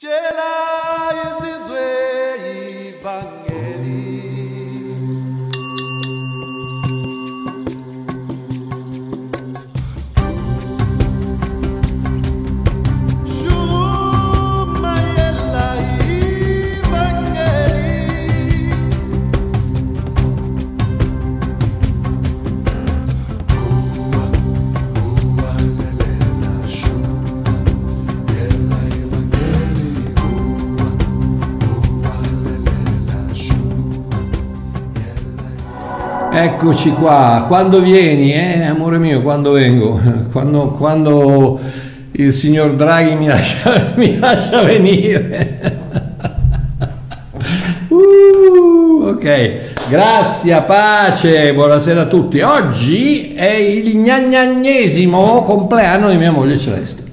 Eccoci qua, quando vieni, amore mio, quando vengo? Quando il signor Draghi mi lascia venire. Ok, grazie, pace, buonasera a tutti. Oggi è il gnagnanesimo compleanno di mia moglie Celeste.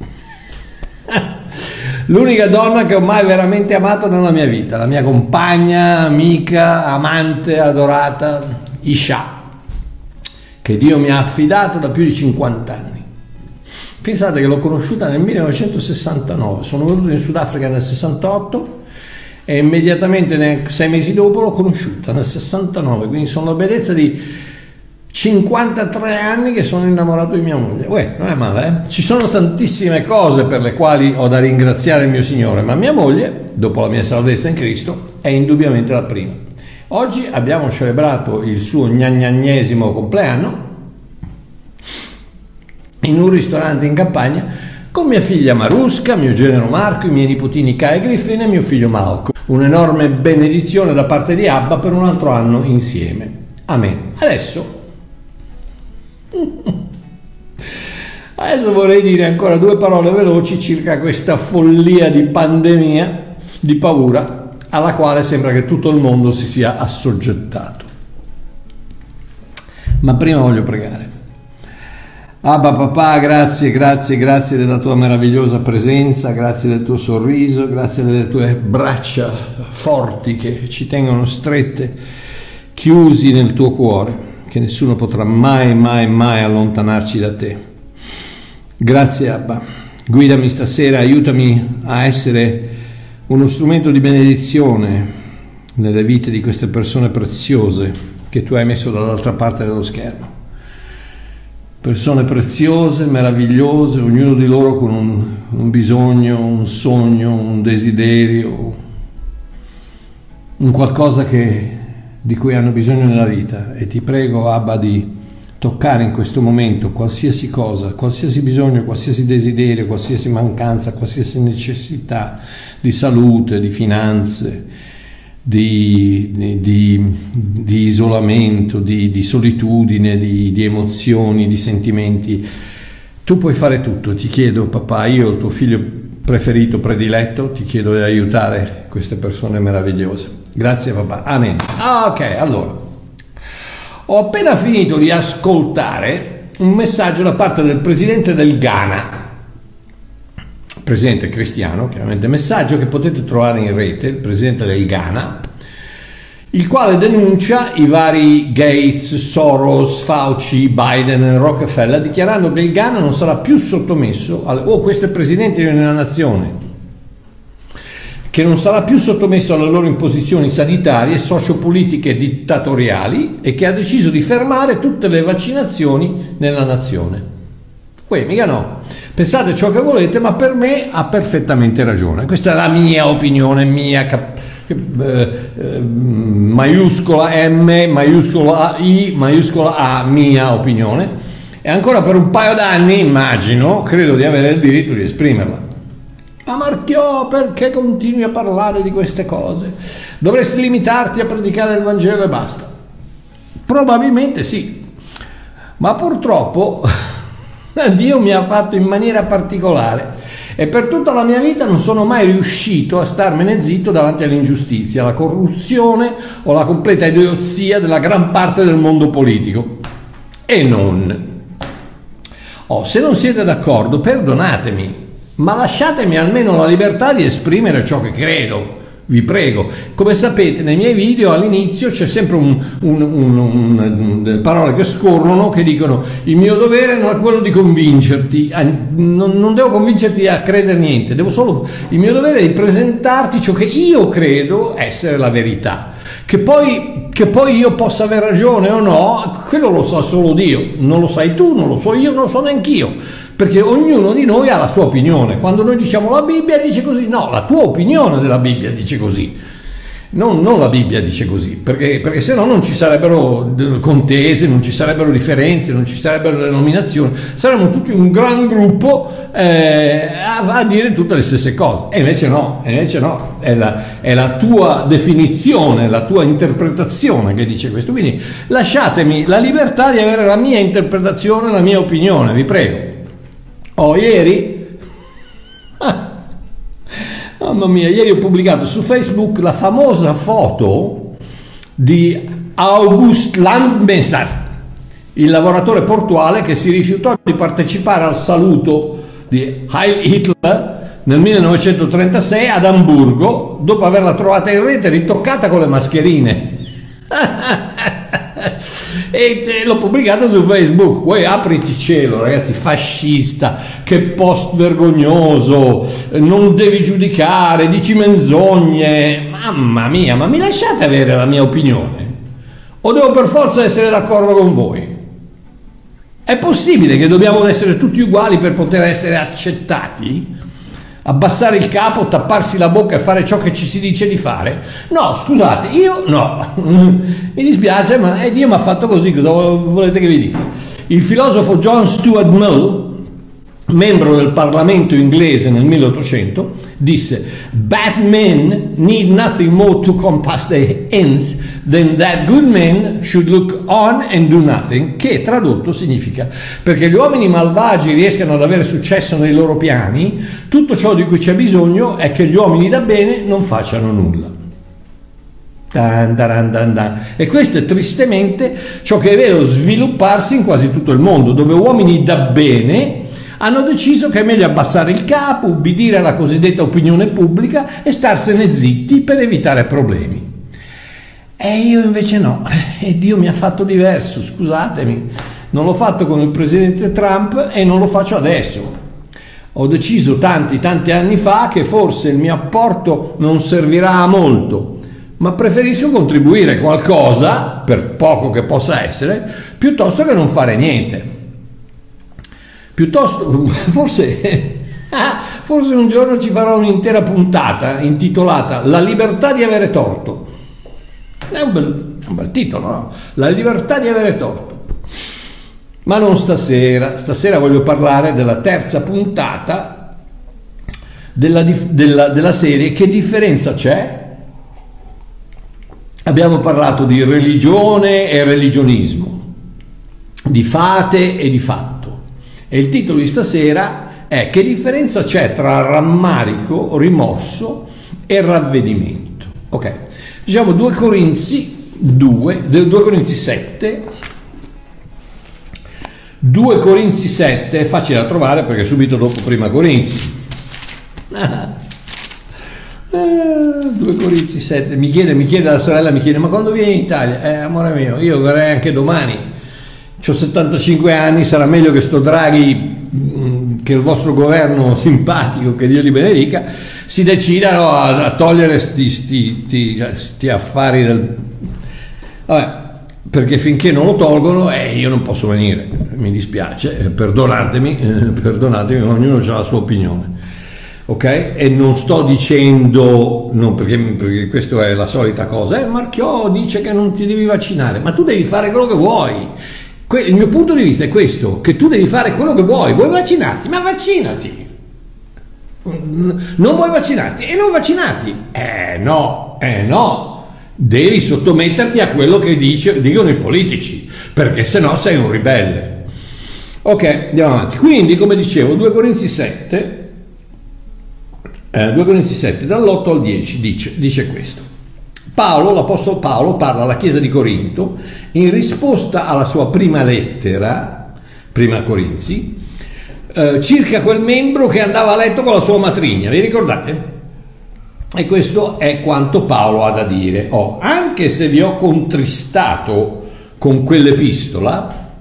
L'unica donna che ho mai veramente amato nella mia vita, la mia compagna, amica, amante, adorata, Isha, che Dio mi ha affidato da più di 50 anni. Pensate che l'ho conosciuta nel 1969, sono venuto in Sudafrica nel 68 e immediatamente 6 mesi dopo l'ho conosciuta nel 69, quindi sono la bellezza di 53 anni che sono innamorato di mia moglie. Non è male, Ci sono tantissime cose per le quali ho da ringraziare il mio Signore, ma mia moglie, dopo la mia salvezza in Cristo, è indubbiamente la prima. Oggi abbiamo celebrato il suo gnagnanesimo compleanno in un ristorante in campagna con mia figlia Marusca, mio genero Marco, i miei nipotini Kai e Griffin e mio figlio Malco. Un'enorme benedizione da parte di Abba per un altro anno insieme. Amen. Adesso vorrei dire ancora 2 parole veloci circa questa follia di pandemia, di paura, alla quale sembra che tutto il mondo si sia assoggettato. Ma prima voglio pregare. Abba papà, grazie della tua meravigliosa presenza, grazie del tuo sorriso, grazie delle tue braccia forti che ci tengono strette, chiusi nel tuo cuore, che nessuno potrà mai allontanarci da te. Grazie Abba, guidami stasera, aiutami a essere uno strumento di benedizione nelle vite di queste persone preziose che tu hai messo dall'altra parte dello schermo. Persone preziose, meravigliose, ognuno di loro con un bisogno, un sogno, un desiderio, un qualcosa di cui hanno bisogno nella vita. E ti prego, Abba, di toccare in questo momento qualsiasi cosa, qualsiasi bisogno, qualsiasi desiderio, qualsiasi mancanza, qualsiasi necessità di salute, di finanze, di isolamento, di solitudine, di emozioni, di sentimenti. Tu puoi fare tutto. Ti chiedo, papà, io, il tuo figlio preferito, prediletto, ti chiedo di aiutare queste persone meravigliose. Grazie papà, amen. Ok, allora ho appena finito di ascoltare un messaggio da parte del presidente del Ghana, presidente cristiano, chiaramente, messaggio che potete trovare in rete, il presidente del Ghana, il quale denuncia i vari Gates, Soros, Fauci, Biden e Rockefeller, dichiarando che il Ghana non sarà più sottomesso questo è presidente di una nazione che non sarà più sottomesso alle loro imposizioni sanitarie, sociopolitiche e dittatoriali, e che ha deciso di fermare tutte le vaccinazioni nella nazione. Mica no. Pensate ciò che volete, ma per me ha perfettamente ragione. Questa è la mia opinione, maiuscola M, maiuscola I, maiuscola A, mia opinione. E ancora per un paio d'anni, immagino, credo di avere il diritto di esprimerla. Ma Marchiò, perché continui a parlare di queste cose? Dovresti limitarti a predicare il Vangelo e basta. Probabilmente sì, ma purtroppo Dio mi ha fatto in maniera particolare e per tutta la mia vita non sono mai riuscito a starmene zitto davanti all'ingiustizia, alla corruzione o alla completa idiozia della gran parte del mondo politico. E non. Se non siete d'accordo, perdonatemi, ma lasciatemi almeno la libertà di esprimere ciò che credo, vi prego. Come sapete, nei miei video all'inizio c'è sempre parole che scorrono che dicono: il mio dovere non è quello di convincerti, non devo convincerti a credere niente, il mio dovere è di presentarti ciò che io credo essere la verità. Che poi io possa aver ragione o no, quello lo sa solo Dio, non lo sai tu, non lo so io, non lo so neanch'io, perché ognuno di noi ha la sua opinione. Quando noi diciamo la Bibbia dice così, no, la tua opinione della Bibbia dice così, non la Bibbia dice così, perché se no non ci sarebbero contese, non ci sarebbero differenze, non ci sarebbero denominazioni, saremmo tutti un gran gruppo a dire tutte le stesse cose. E invece no, è la tua definizione, la tua interpretazione che dice questo. Quindi lasciatemi la libertà di avere la mia interpretazione, la mia opinione, vi prego. Ieri mamma mia, ieri ho pubblicato su Facebook la famosa foto di August Landmesser, il lavoratore portuale che si rifiutò di partecipare al saluto di Heil Hitler nel 1936 ad Amburgo, dopo averla trovata in rete ritoccata con le mascherine. E l'ho pubblicata su Facebook. Poi apriti cielo, ragazzi, fascista, che post vergognoso, non devi giudicare, dici menzogne. Mamma mia, ma mi lasciate avere la mia opinione o devo per forza essere d'accordo con voi? È possibile che dobbiamo essere tutti uguali per poter essere accettati? Abbassare il capo, tapparsi la bocca e fare ciò che ci si dice di fare? No, scusate, io no. Mi dispiace, ma Dio mi ha fatto così, cosa volete che vi dica? Il filosofo John Stuart Mill, membro del Parlamento inglese nel 1800, disse: "Bad men need nothing more to compass their ends than that good men should look on and do nothing", che tradotto significa: perché gli uomini malvagi riescano ad avere successo nei loro piani, tutto ciò di cui c'è bisogno è che gli uomini da bene non facciano nulla. E questo è tristemente ciò che vedo svilupparsi in quasi tutto il mondo, dove uomini da bene hanno deciso che è meglio abbassare il capo, ubbidire alla cosiddetta opinione pubblica e starsene zitti per evitare problemi. E io invece no, e Dio mi ha fatto diverso, scusatemi. Non l'ho fatto con il presidente Trump e non lo faccio adesso. Ho deciso tanti anni fa che forse il mio apporto non servirà a molto, ma preferisco contribuire qualcosa, per poco che possa essere, piuttosto che non fare niente. Piuttosto, forse un giorno ci farò un'intera puntata intitolata "La libertà di avere torto". È un bel titolo, no? La libertà di avere torto. Ma non stasera. Stasera voglio parlare della terza puntata della serie "Che differenza c'è?". Abbiamo parlato di religione e religionismo, di fate e di fatto. E il titolo di stasera è "Che differenza c'è tra rammarico, rimorso e ravvedimento?". Ok, diciamo 2 Corinzi 7. 2 Corinzi 7 è facile da trovare perché è subito dopo Prima Corinzi. 2 Corinzi 7, mi chiede la sorella, ma quando vieni in Italia? Amore mio, io verrei anche domani. C'ho 75 anni, sarà meglio che sto Draghi, che il vostro governo simpatico, che Dio li benedica, si decidano a togliere sti affari del... Vabbè, perché finché non lo tolgono io non posso venire, mi dispiace, perdonatemi, ognuno ha la sua opinione. Ok? E non sto dicendo, no, perché questa è la solita cosa, Marchiò dice che non ti devi vaccinare, ma tu devi fare quello che vuoi. Il mio punto di vista è questo, che tu devi fare quello che vuoi vaccinarti, ma vaccinati. Non vuoi vaccinarti e non vaccinarti. No, devi sottometterti a quello che dicono i politici, perché sennò sei un ribelle. Ok, andiamo avanti. Quindi, come dicevo, 2 Corinzi 7 dall'8 al 10 dice questo. L'apostolo Paolo parla alla chiesa di Corinto in risposta alla sua prima lettera, Prima Corinzi, circa quel membro che andava a letto con la sua matrigna, vi ricordate? E questo è quanto Paolo ha da dire. Anche se vi ho contristato con quell'epistola,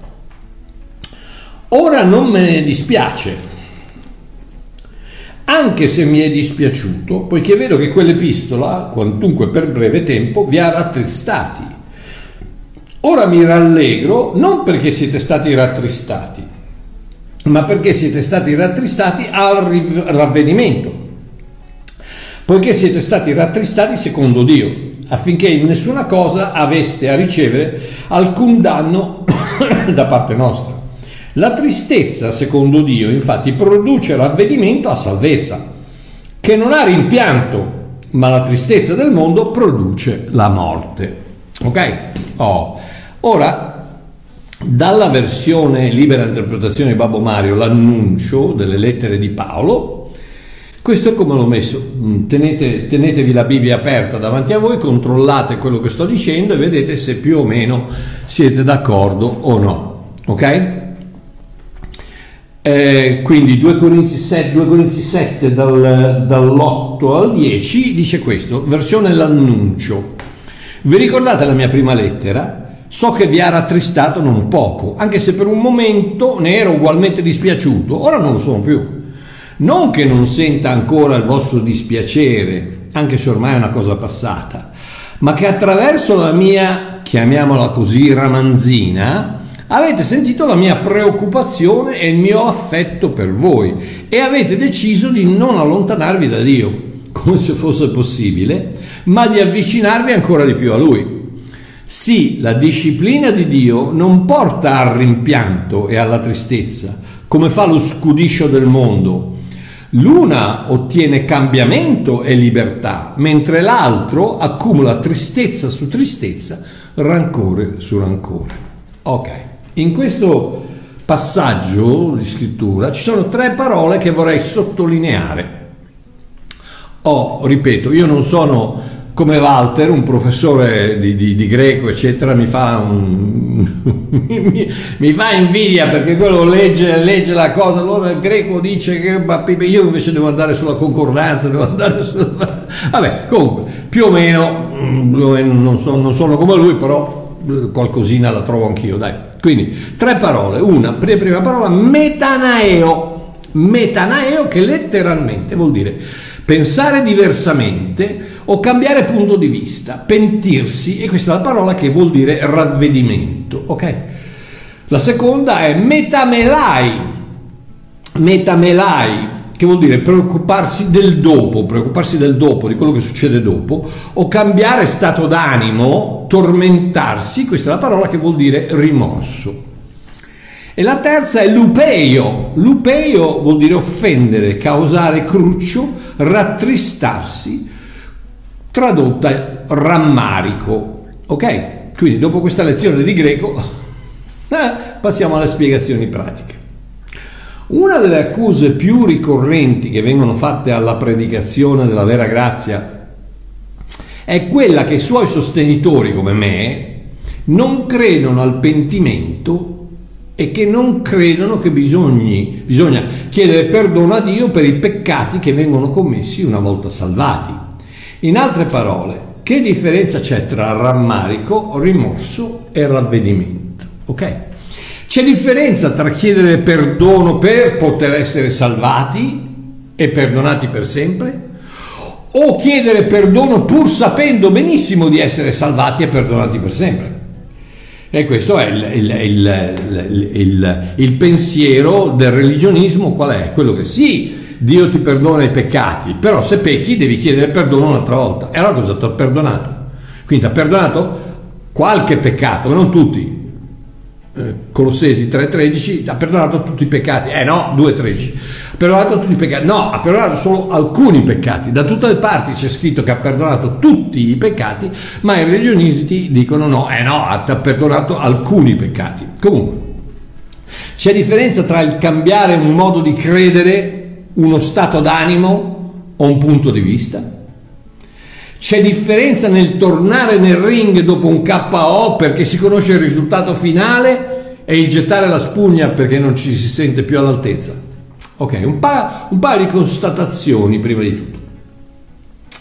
ora non me ne dispiace, anche se mi è dispiaciuto, poiché vedo che quell'epistola, quantunque per breve tempo, vi ha rattristati. Ora mi rallegro non perché siete stati rattristati, ma perché siete stati rattristati al ravvedimento, poiché siete stati rattristati secondo Dio, affinché in nessuna cosa aveste a ricevere alcun danno da parte nostra. La tristezza secondo Dio infatti produce ravvedimento a salvezza, che non ha rimpianto, ma la tristezza del mondo produce la morte. Ok? Ora, dalla versione libera interpretazione di Babbo Mario, l'annuncio delle lettere di Paolo, questo è come l'ho messo. Tenetevi la Bibbia aperta davanti a voi, controllate quello che sto dicendo e vedete se più o meno siete d'accordo o no. Ok? Quindi 2 Corinzi 7 dall'8 al 10 dice questo, versione l'annuncio. Vi ricordate la mia prima lettera? So che vi ha rattristato non poco, anche se per un momento ne ero ugualmente dispiaciuto, ora non lo sono più. Non che non senta ancora il vostro dispiacere, anche se ormai è una cosa passata, ma che attraverso la mia, chiamiamola così, ramanzina, avete sentito la mia preoccupazione e il mio affetto per voi e avete deciso di non allontanarvi da Dio, come se fosse possibile, ma di avvicinarvi ancora di più a Lui. Sì, la disciplina di Dio non porta al rimpianto e alla tristezza, come fa lo scudiscio del mondo. L'una ottiene cambiamento e libertà, mentre l'altro accumula tristezza su tristezza, rancore su rancore. Ok, in questo passaggio di scrittura ci sono 3 parole che vorrei sottolineare. Ripeto, io non sono come Walter, un professore di greco, eccetera, mi fa invidia perché quello legge la cosa, allora il greco dice che io invece devo andare sulla concordanza, vabbè, comunque, più o meno non sono come lui, però qualcosina la trovo anch'io, dai. Quindi 3 parole, una prima parola, metanaeo, che letteralmente vuol dire pensare diversamente o cambiare punto di vista, pentirsi, e questa è la parola che vuol dire ravvedimento, ok? La seconda è metamelai, che vuol dire preoccuparsi del dopo, di quello che succede dopo, o cambiare stato d'animo, tormentarsi, questa è la parola che vuol dire rimorso. E la terza è lupeio vuol dire offendere, causare cruccio, rattristarsi, tradotta rammarico, ok? Quindi dopo questa lezione di greco passiamo alle spiegazioni pratiche. Una delle accuse più ricorrenti che vengono fatte alla predicazione della vera grazia è quella che i suoi sostenitori come me non credono al pentimento e che non credono che bisogna chiedere perdono a Dio per i peccati che vengono commessi una volta salvati. In altre parole, che differenza c'è tra rammarico, rimorso e ravvedimento? Ok? C'è differenza tra chiedere perdono per poter essere salvati e perdonati per sempre, o chiedere perdono pur sapendo benissimo di essere salvati e perdonati per sempre. E questo è il pensiero del religionismo. Qual è? Quello che sì, Dio ti perdona i peccati, però se pecchi devi chiedere perdono un'altra volta. E allora cosa ti ha perdonato? Quindi ti ha perdonato qualche peccato, ma non tutti. Colossesi 3,13 ha perdonato tutti i peccati. No, 2,13. Ha perdonato tutti i peccati. No, ha perdonato solo alcuni peccati. Da tutte le parti c'è scritto che ha perdonato tutti i peccati, ma i religionisti dicono no, ha perdonato alcuni peccati. Comunque, c'è differenza tra il cambiare un modo di credere, uno stato d'animo o un punto di vista. C'è differenza nel tornare nel ring dopo un KO perché si conosce il risultato finale e il gettare la spugna perché non ci si sente più all'altezza. Ok, un paio di constatazioni prima di tutto.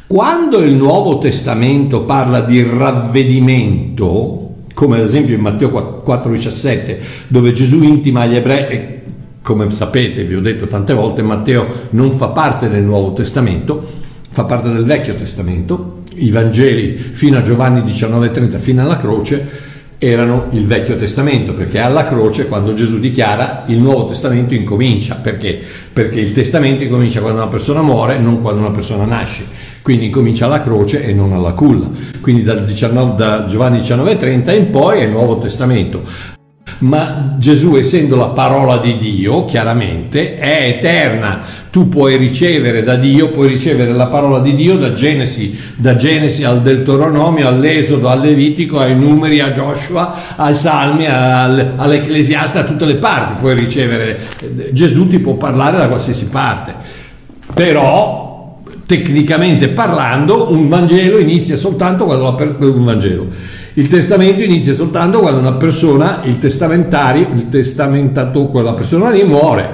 Quando il Nuovo Testamento parla di ravvedimento, come ad esempio in Matteo 4,17, dove Gesù intima agli ebrei, come sapete, vi ho detto tante volte, Matteo non fa parte del Nuovo Testamento, fa parte del Vecchio Testamento. I Vangeli fino a Giovanni 19,30, fino alla croce, erano il Vecchio Testamento, perché alla croce, quando Gesù dichiara, il Nuovo Testamento incomincia. Perché? Perché il Testamento incomincia quando una persona muore, non quando una persona nasce. Quindi incomincia alla croce e non alla culla. Quindi da Giovanni 19,30 in poi è il Nuovo Testamento. Ma Gesù, essendo la parola di Dio, chiaramente è eterna. Tu puoi ricevere da Dio, puoi ricevere la parola di Dio da Genesi al Deuteronomio, all'Esodo, al Levitico, ai Numeri, a Gioshua, ai Salmi, all'Ecclesiaste, a tutte le parti puoi ricevere. Gesù ti può parlare da qualsiasi parte. Però, tecnicamente parlando, un Vangelo inizia soltanto quando il testamento inizia soltanto quando una persona, il testamentato, quella persona lì muore.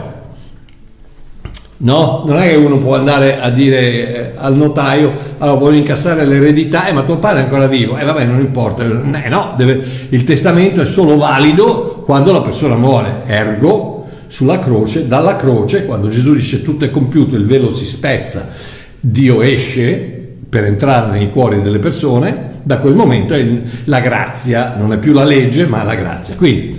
No, non è che uno può andare a dire al notaio: allora voglio incassare l'eredità, ma tuo padre è ancora vivo, vabbè, non importa, no, il testamento è solo valido quando la persona muore. Ergo, sulla croce, dalla croce, quando Gesù dice tutto è compiuto, il velo si spezza, Dio esce per entrare nei cuori delle persone. Da quel momento è la grazia, non è più la legge, ma la grazia. Quindi,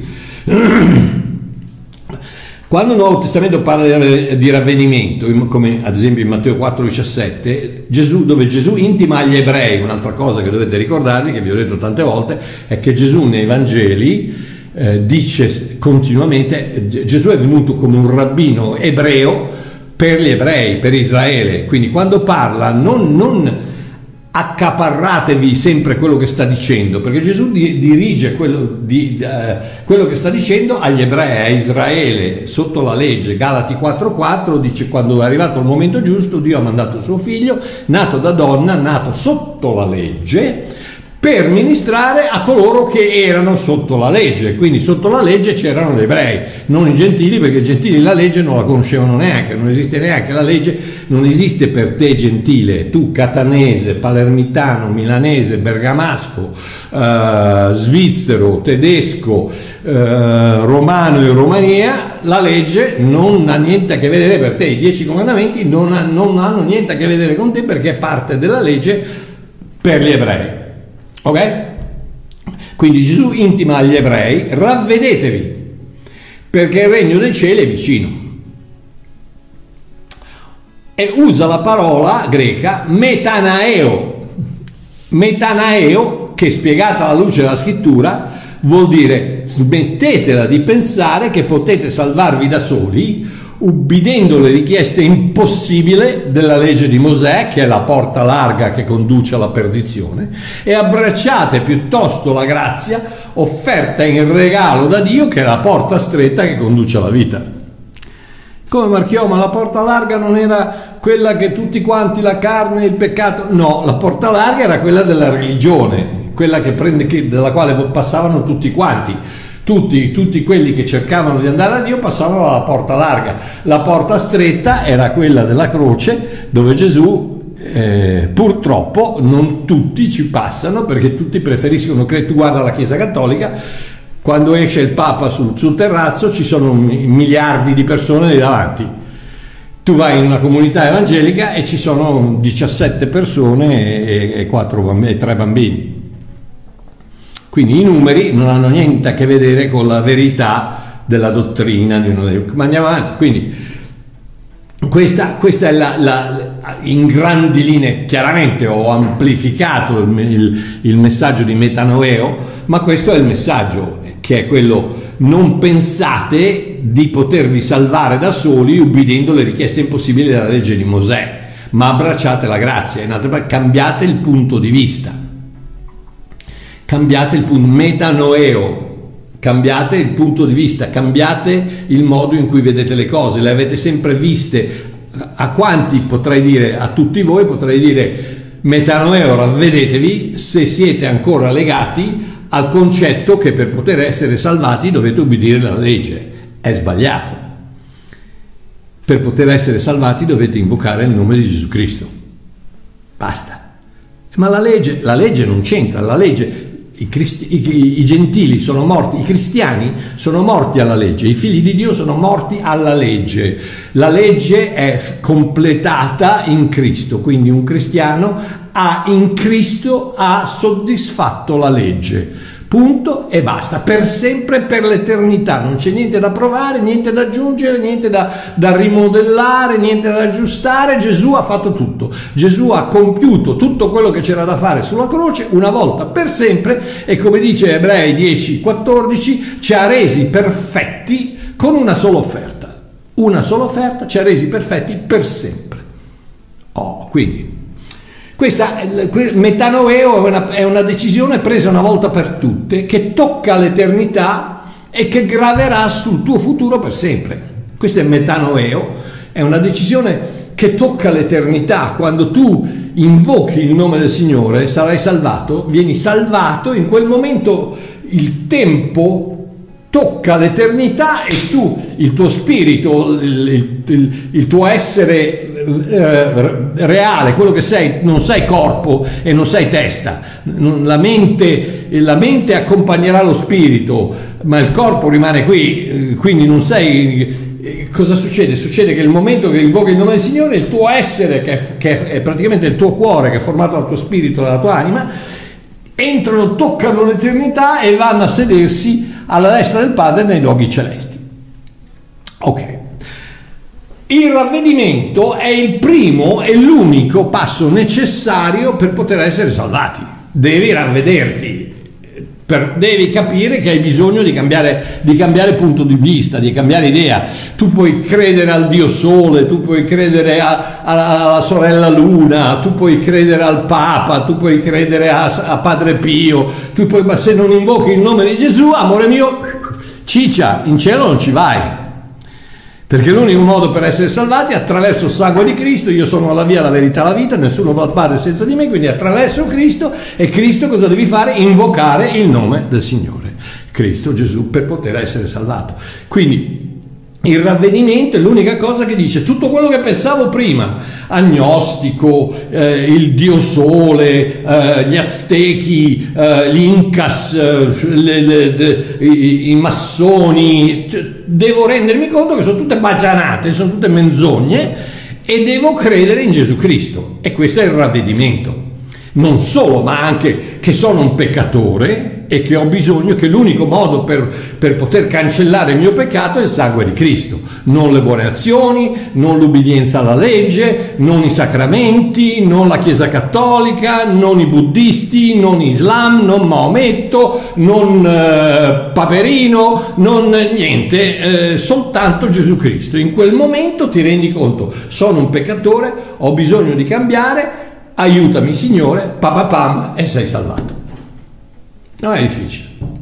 quando il Nuovo Testamento parla di ravvedimento, come ad esempio in Matteo 4,17, dove Gesù intima agli ebrei, un'altra cosa che dovete ricordarvi, che vi ho detto tante volte, è che Gesù nei Vangeli dice continuamente, Gesù è venuto come un rabbino ebreo per gli ebrei, per Israele. Quindi quando parla non accaparratevi sempre quello che sta dicendo, perché Gesù dirige quello che sta dicendo agli ebrei, a Israele, sotto la legge. Galati 4,4 dice: quando è arrivato il momento giusto, Dio ha mandato suo figlio, nato da donna, nato sotto la legge, per ministrare a coloro che erano sotto la legge. Quindi sotto la legge c'erano gli ebrei, non i gentili, perché i gentili la legge non la conoscevano neanche, non esiste neanche la legge, non esiste per te gentile, tu catanese, palermitano, milanese, bergamasco, svizzero, tedesco, romano in Romania, la legge non ha niente a che vedere per te. I 10 comandamenti non hanno niente a che vedere con te, perché è parte della legge per gli ebrei. Ok? Quindi Gesù intima agli ebrei: ravvedetevi, perché il regno dei cieli è vicino. E usa la parola greca metanaeo, che spiegata alla luce della scrittura vuol dire: smettetela di pensare che potete salvarvi da soli, ubbidendo le richieste impossibili della legge di Mosè, che è la porta larga che conduce alla perdizione, e abbracciate piuttosto la grazia offerta in regalo da Dio, che è la porta stretta che conduce alla vita. Come Marchiò, ma la porta larga non era quella che tutti quanti, la carne, il peccato? No, la porta larga era quella della religione, quella dalla quale passavano tutti quanti. Tutti quelli che cercavano di andare a Dio passavano dalla porta larga. La porta stretta era quella della croce, dove Gesù, purtroppo, non tutti ci passano, perché tutti preferiscono credere. Tu guarda la Chiesa Cattolica, quando esce il Papa sul terrazzo ci sono miliardi di persone lì davanti. Tu vai in una comunità evangelica e ci sono 17 persone e 3 bambini. Quindi i numeri non hanno niente a che vedere con la verità della dottrina di una legge. Ma andiamo avanti. Quindi questa è in grandi linee. Chiaramente ho amplificato il messaggio di metanoeo, ma questo è il messaggio, che è quello: non pensate di potervi salvare da soli ubbidendo le richieste impossibili della legge di Mosè, ma abbracciate la grazia. In altre parole, cambiate il punto di vista. Cambiate il punto, metanoeo, cambiate il punto di vista, cambiate il modo in cui vedete le cose. Le avete sempre viste. A quanti potrei dire? A tutti voi potrei dire: metanoeo, ravvedetevi, se siete ancora legati al concetto che per poter essere salvati dovete obbedire alla legge. È sbagliato. Per poter essere salvati dovete invocare il nome di Gesù Cristo. Basta. Ma la legge non c'entra, la legge, i gentili sono morti, i cristiani sono morti alla legge, i figli di Dio sono morti alla legge. La legge è completata in Cristo, quindi un cristiano in Cristo ha soddisfatto la legge. Punto e basta, per sempre, per l'eternità. Non c'è niente da provare, niente da aggiungere, niente da rimodellare, niente da aggiustare. Gesù ha fatto tutto. Gesù ha compiuto tutto quello che c'era da fare sulla croce una volta per sempre, e come dice Ebrei 10:14, ci ha resi perfetti con una sola offerta. Una sola offerta ci ha resi perfetti per sempre. Quindi questa metanoeo è una decisione presa una volta per tutte, che tocca l'eternità e che graverà sul tuo futuro per sempre. Questo è metanoeo, è una decisione che tocca l'eternità. Quando tu invochi il nome del Signore sarai salvato, vieni salvato, in quel momento il tempo tocca l'eternità e tu, il tuo spirito, il tuo essere reale, quello che sei, non sei corpo e non sei testa. La mente accompagnerà lo spirito, ma il corpo rimane qui, quindi non sei. Cosa succede? Succede che nel momento che invochi il nome del Signore, il tuo essere, che è praticamente il tuo cuore, che è formato dal tuo spirito e dalla tua anima, entrano, toccano l'eternità e vanno a sedersi alla destra del Padre nei luoghi celesti. Ok. Il ravvedimento è il primo e l'unico passo necessario per poter essere salvati. Devi ravvederti, devi capire che hai bisogno di cambiare punto di vista, di cambiare idea. Tu puoi credere al Dio Sole, tu puoi credere alla sorella Luna, tu puoi credere al Papa, tu puoi credere a Padre Pio, ma se non invochi il nome di Gesù, amore mio, ciccia, in cielo non ci vai. Perché l'unico modo per essere salvati è attraverso il sangue di Cristo. Io sono la via, la verità, la vita, nessuno va al Padre senza di me, quindi attraverso Cristo. E Cristo cosa devi fare? Invocare il nome del Signore, Cristo Gesù, per poter essere salvato. Quindi il ravvedimento è l'unica cosa che dice tutto quello che pensavo prima: agnostico, il Dio Sole, gli Aztechi, gli Incas, i massoni. Devo rendermi conto che sono tutte bagianate, sono tutte menzogne, e devo credere in Gesù Cristo. E questo è il ravvedimento. Non solo, ma anche che sono un peccatore e che ho bisogno, che l'unico modo per poter cancellare il mio peccato è il sangue di Cristo. Non le buone azioni, non l'ubbidienza alla legge, non i sacramenti, non la Chiesa Cattolica, non i buddisti, non Islam, non Maometto, non Paperino, non niente, soltanto Gesù Cristo. In quel momento ti rendi conto: sono un peccatore, ho bisogno di cambiare, aiutami Signore, papapam, e sei salvato. Non è difficile.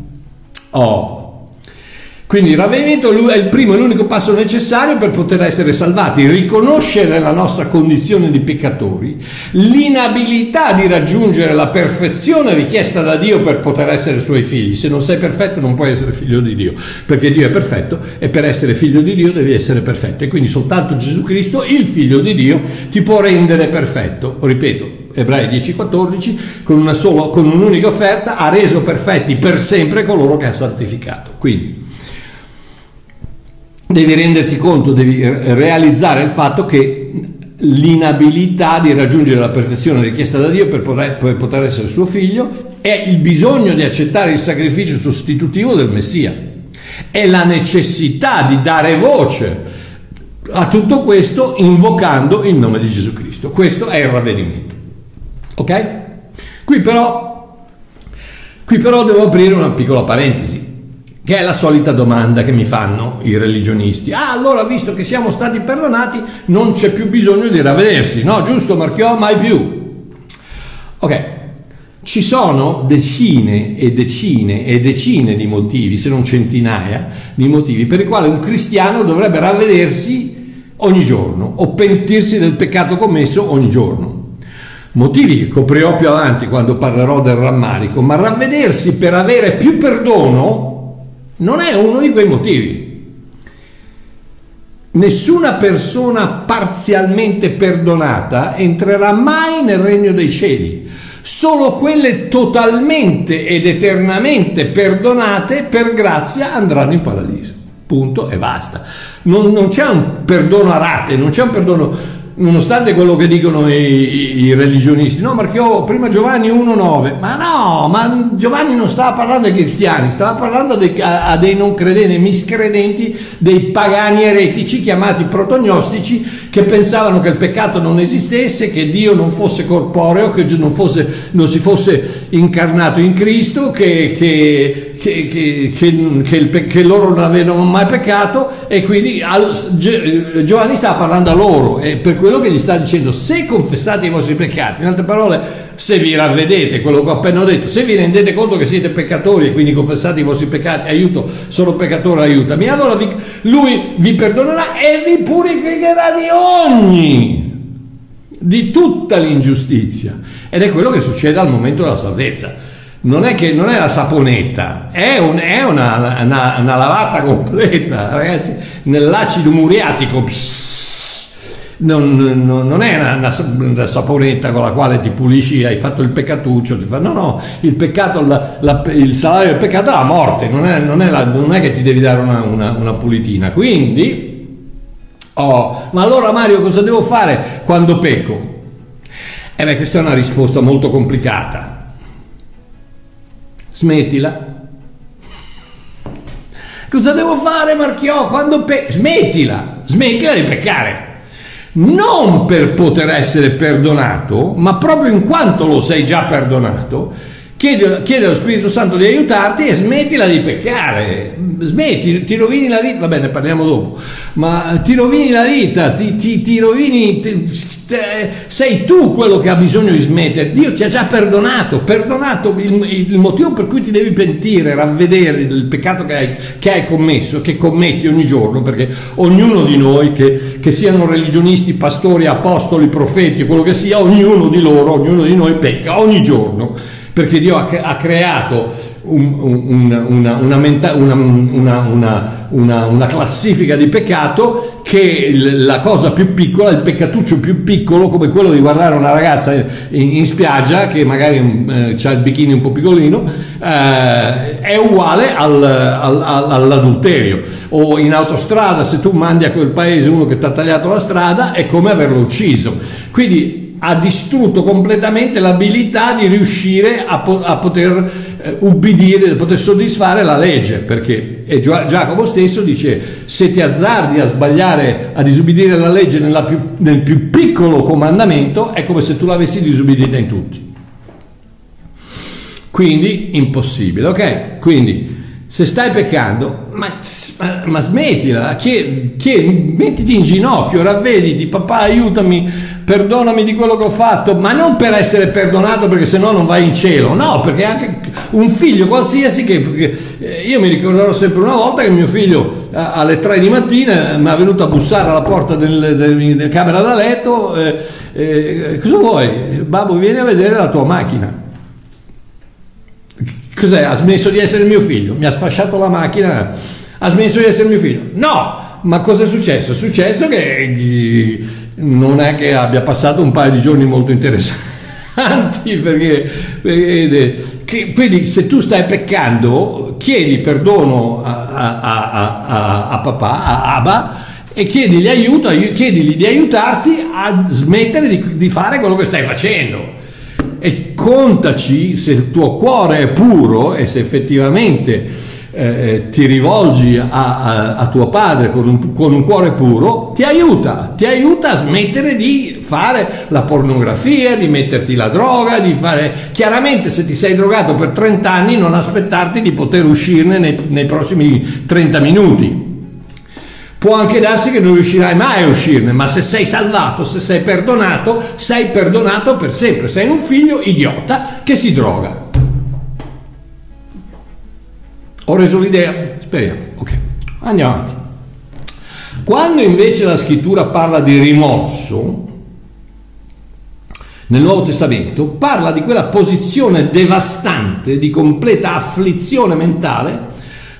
Quindi il ravvedimento è il primo e l'unico passo necessario per poter essere salvati: riconoscere la nostra condizione di peccatori, l'inabilità di raggiungere la perfezione richiesta da Dio per poter essere suoi figli. Se non sei perfetto non puoi essere figlio di Dio, perché Dio è perfetto, e per essere figlio di Dio devi essere perfetto, e quindi soltanto Gesù Cristo, il figlio di Dio, ti può rendere perfetto. Ripeto, Ebrei 10:14, con un'unica offerta ha reso perfetti per sempre coloro che ha santificato. Quindi devi renderti conto, devi realizzare il fatto che l'inabilità di raggiungere la perfezione richiesta da Dio per poter essere suo figlio è il bisogno di accettare il sacrificio sostitutivo del Messia, è la necessità di dare voce a tutto questo invocando il nome di Gesù Cristo. Questo è il ravvedimento. Ok? Qui però devo aprire una piccola parentesi, che è la solita domanda che mi fanno i religionisti. Allora, visto che siamo stati perdonati, non c'è più bisogno di ravvedersi, no? Giusto, Marchiò? Mai più. Ok, ci sono decine e decine e decine di motivi, se non centinaia di motivi, per i quali un cristiano dovrebbe ravvedersi ogni giorno o pentirsi del peccato commesso ogni giorno. Motivi che coprirò più avanti quando parlerò del rammarico, ma ravvedersi per avere più perdono non è uno di quei motivi. nessuna persona parzialmente perdonata entrerà mai nel regno dei cieli. Solo quelle totalmente ed eternamente perdonate per grazia andranno in paradiso. Punto e basta. Non c'è un perdono a rate, non c'è un perdono, nonostante quello che dicono i religionisti. No, perché prima Giovanni 1,9, ma no, ma Giovanni non stava parlando dei cristiani, stava parlando a dei non credenti, miscredenti, dei pagani eretici chiamati protognostici, che pensavano che il peccato non esistesse, che Dio non fosse corporeo, che non si fosse incarnato in Cristo, che loro non avevano mai peccato, e quindi Giovanni stava parlando a loro, e per quello che gli sta dicendo: se confessate i vostri peccati, in altre parole, se vi ravvedete, quello che ho appena detto, se vi rendete conto che siete peccatori e quindi confessate i vostri peccati, aiuto, sono peccatore, aiutami, allora lui vi perdonerà e vi purificherà di tutta l'ingiustizia. Ed è quello che succede al momento della salvezza. Non è la saponetta, è una lavata completa, ragazzi, nell'acido muriatico. Non è una saponetta con la quale ti pulisci, hai fatto il peccatuccio, no, il peccato, il salario del peccato è la morte, non è che ti devi dare una pulitina. Quindi ma allora, Mario, cosa devo fare quando pecco? Questa è una risposta molto complicata. Smettila. Cosa devo fare, Marchiò, quando smettila di peccare. Non per poter essere perdonato, ma proprio in quanto lo sei già perdonato, chiedi allo Spirito Santo di aiutarti e smettila di peccare. Smetti, ti rovini la vita, va bene, parliamo dopo, ma ti rovini la vita, ti rovini, sei tu quello che ha bisogno di smettere. Dio ti ha già perdonato. Il motivo per cui ti devi pentire, ravvedere il peccato che hai commesso, che commetti ogni giorno, perché ognuno di noi, che siano religionisti, pastori, apostoli, profeti, quello che sia, ognuno di noi pecca ogni giorno, perché Dio ha creato una classifica di peccato, che la cosa più piccola, il peccatuccio più piccolo, come quello di guardare una ragazza in spiaggia che magari ha il bikini un po' piccolino, è uguale all'adulterio. O in autostrada, se tu mandi a quel paese uno che ti ha tagliato la strada, è come averlo ucciso. Quindi ha distrutto completamente l'abilità di riuscire a poter ubbidire, a poter soddisfare la legge, perché Giacomo stesso dice: se ti azzardi a sbagliare, a disubbidire la legge nel più piccolo comandamento, è come se tu l'avessi disubbidita in tutti. Quindi impossibile, ok? Quindi se stai peccando, ma smettila, mettiti in ginocchio, ravvediti: papà, aiutami, perdonami di quello che ho fatto, ma non per essere perdonato perché sennò non vai in cielo, no, perché anche un figlio qualsiasi perché io mi ricorderò sempre una volta che mio figlio alle 3 di mattina mi è venuto a bussare alla porta della camera da letto, cosa vuoi? Babbo, vieni a vedere la tua macchina. Cos'è? Ha smesso di essere mio figlio? Mi ha sfasciato la macchina? Ha smesso di essere mio figlio? No! Ma cosa è successo? È successo che non è che abbia passato un paio di giorni molto interessanti, perché quindi se tu stai peccando, chiedi perdono a papà, a Abba, e chiedigli di aiutarti a smettere di fare quello che stai facendo. E contaci se il tuo cuore è puro e se effettivamente ti rivolgi a tuo padre con un cuore puro, ti aiuta a smettere di fare la pornografia, di metterti la droga, di fare. Chiaramente, se ti sei drogato per 30 anni, non aspettarti di poter uscirne nei prossimi 30 minuti. Può anche darsi che non riuscirai mai a uscirne, ma se sei salvato, se sei perdonato per sempre. Sei un figlio idiota che si droga. Ho reso l'idea? Speriamo. Ok, andiamo avanti. Quando invece la scrittura parla di rimorso, nel Nuovo Testamento parla di quella posizione devastante, di completa afflizione mentale,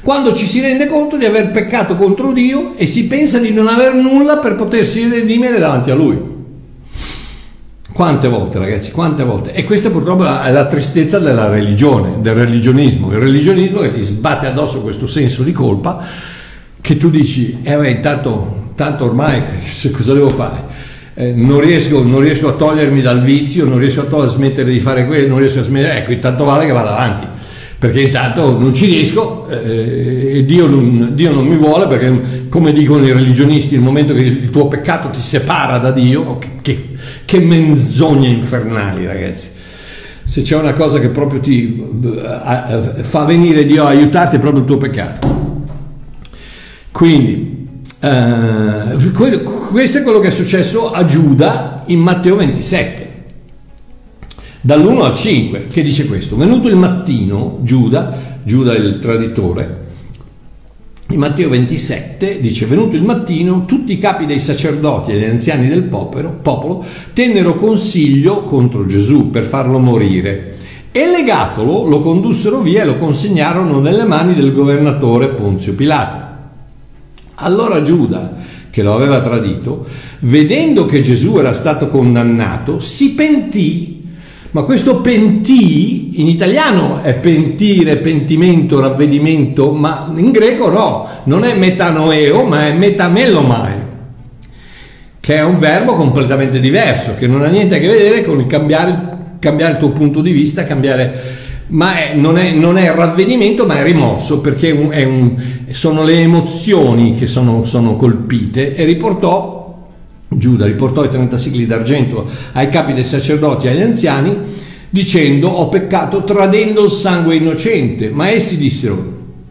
quando ci si rende conto di aver peccato contro Dio e si pensa di non aver nulla per potersi redimere davanti a Lui. Quante volte, ragazzi, quante volte? E questa purtroppo è la tristezza della religione, del religionismo. Il religionismo che ti sbatte addosso questo senso di colpa, che tu dici, tanto ormai cosa devo fare? Non riesco a togliermi dal vizio, non riesco a smettere di fare quello, non riesco a smettere, ecco, intanto vale che vada avanti, perché intanto non ci riesco e Dio non mi vuole, perché come dicono i religionisti, il momento che il tuo peccato ti separa da Dio, che menzogne infernali, ragazzi. Se c'è una cosa che proprio ti fa venire Dio a aiutarti, è proprio il tuo peccato. Quindi questo è quello che è successo a Giuda in Matteo 27, dall'1 al 5, che dice questo: venuto il mattino, Giuda il traditore, in Matteo 27 dice: venuto il mattino, tutti i capi dei sacerdoti e gli anziani del popolo tennero consiglio contro Gesù per farlo morire, e legatolo lo condussero via e lo consegnarono nelle mani del governatore Ponzio Pilato. Allora Giuda, che lo aveva tradito, vedendo che Gesù era stato condannato, si pentì. Ma questo pentì in italiano è pentire, pentimento, ravvedimento, ma in greco no, non è metanoeo, ma è metamelomai, che è un verbo completamente diverso, che non ha niente a che vedere con il cambiare il tuo punto di vista, non è ravvedimento, ma è rimorso, perché sono le emozioni che sono colpite. E Giuda riportò i 30 sicli d'argento ai capi dei sacerdoti e agli anziani, dicendo: ho peccato tradendo il sangue innocente. Ma essi dissero: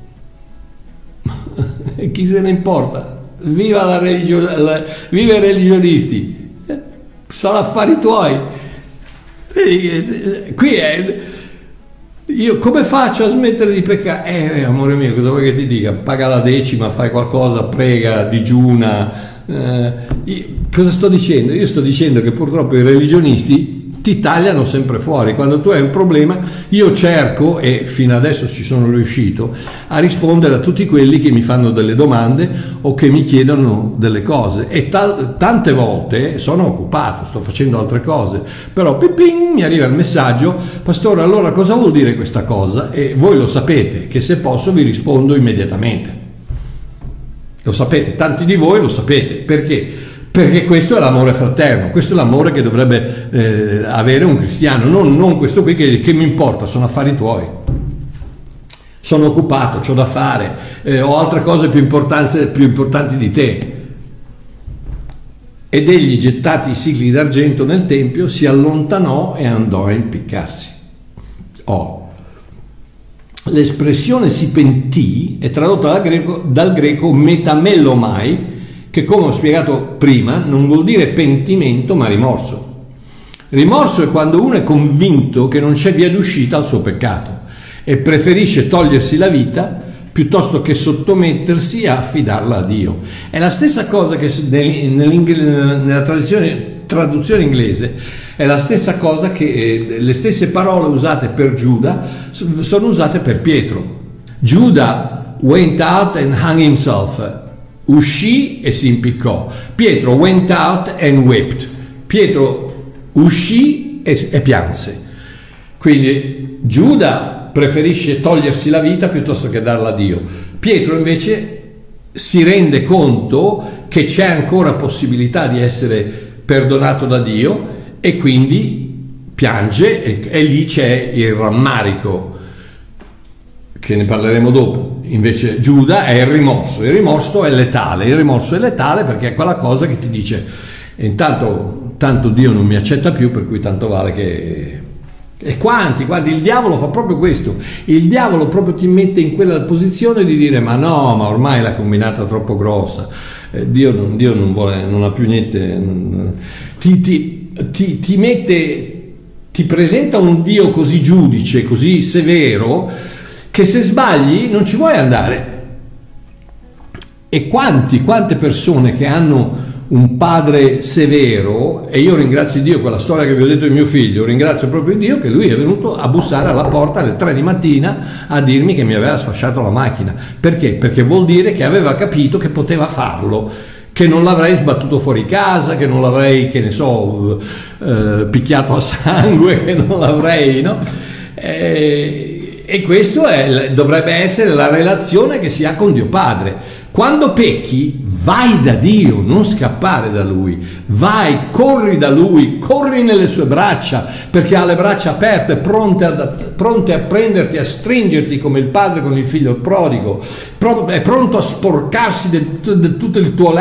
chi se ne importa, viva viva i religionisti, sono affari tuoi. Qui io come faccio a smettere di peccare? Amore mio, cosa vuoi che ti dica? Paga la decima, fai qualcosa, prega, digiuna. Cosa sto dicendo? Io sto dicendo che purtroppo i religionisti ti tagliano sempre fuori. Quando tu hai un problema, io cerco, e fino adesso ci sono riuscito, a rispondere a tutti quelli che mi fanno delle domande o che mi chiedono delle cose, e tante volte sono occupato, sto facendo altre cose, però ping, mi arriva il messaggio: pastore, allora cosa vuol dire questa cosa? E voi lo sapete che se posso vi rispondo immediatamente. Lo sapete, tanti di voi lo sapete. Perché questo è l'amore fraterno, questo è l'amore che dovrebbe avere un cristiano, non questo qui che mi importa, sono affari tuoi, sono occupato, c'ho da fare, ho altre cose più importanti di te. Ed egli, gettati i sicli d'argento nel tempio, si allontanò e andò a impiccarsi. L'espressione si pentì è tradotta dal greco metamelomai, che, come ho spiegato prima, non vuol dire pentimento ma rimorso. Rimorso è quando uno è convinto che non c'è via d'uscita al suo peccato e preferisce togliersi la vita piuttosto che sottomettersi e affidarla a Dio. È la stessa cosa che nella traduzione inglese è la stessa cosa che le stesse parole usate per Giuda sono usate per Pietro. Giuda went out and hung himself, uscì e si impiccò. Pietro went out and wept. Pietro uscì e pianse. Quindi Giuda preferisce togliersi la vita piuttosto che darla a Dio. Pietro invece si rende conto che c'è ancora possibilità di essere perdonato da Dio e quindi piange, e lì c'è il rammarico, che ne parleremo dopo. Invece Giuda è il rimorso è letale. Il rimorso è letale perché è quella cosa che ti dice: intanto tanto Dio non mi accetta più, per cui tanto vale che... E quanti il diavolo fa proprio questo. Il diavolo proprio ti mette in quella posizione di dire: ma no, ma ormai l'ha combinata troppo grossa, Dio non vuole, non ha più niente, ti presenta un Dio così giudice, così severo, che se sbagli non ci vuoi andare. E quante persone che hanno un padre severo, e io ringrazio Dio, quella storia che vi ho detto di mio figlio, ringrazio proprio Dio che lui è venuto a bussare alla porta alle 3 di mattina a dirmi che mi aveva sfasciato la macchina. Perché? Perché vuol dire che aveva capito che poteva farlo, che non l'avrei sbattuto fuori casa, che non l'avrei, che ne so, picchiato a sangue, che non l'avrei, no? E questo dovrebbe essere la relazione che si ha con Dio Padre. Quando pecchi, vai da Dio, non scappare da Lui, vai, corri da Lui, corri nelle sue braccia, perché ha le braccia aperte, pronte a prenderti, a stringerti come il padre con il figlio prodigo, è pronto a sporcarsi di tutto il tuo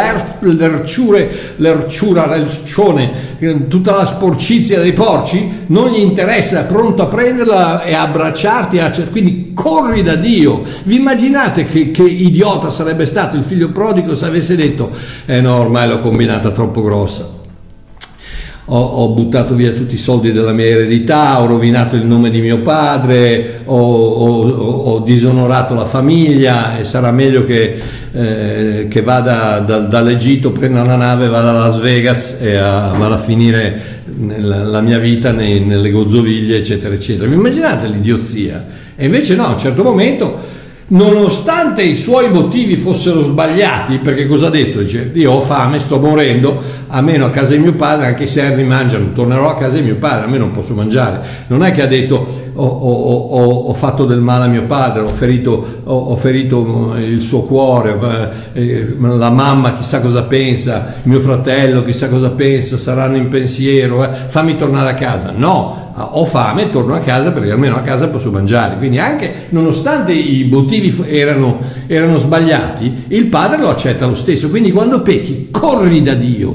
lercione, tutta la sporcizia dei porci, non gli interessa, è pronto a prenderla e a abbracciarti, quindi corri da Dio. Vi immaginate che idiota sarebbe stato il figlio prodigo se avesse detto no, ormai l'ho combinata troppo grossa, ho buttato via tutti i soldi della mia eredità, ho rovinato il nome di mio padre, ho disonorato la famiglia, e sarà meglio che vada dall'Egitto, prenda una nave, vada a Las Vegas e vada a finire la mia vita nelle gozzoviglie, eccetera eccetera. Vi immaginate l'idiozia? E invece no, a un certo momento, nonostante i suoi motivi fossero sbagliati, perché cosa ha detto? Dice: io ho fame, sto morendo, almeno a casa di mio padre anche i servi mangiano, tornerò a casa di mio padre, almeno non posso mangiare. Non è che ha detto ho fatto del male a mio padre, ho ferito il suo cuore, la mamma chissà cosa pensa, mio fratello chissà cosa pensa, saranno in pensiero, fammi tornare a casa. No, ho fame, torno a casa perché almeno a casa posso mangiare. Quindi anche nonostante i motivi erano sbagliati, il padre lo accetta lo stesso. Quindi quando pecchi, corri da Dio,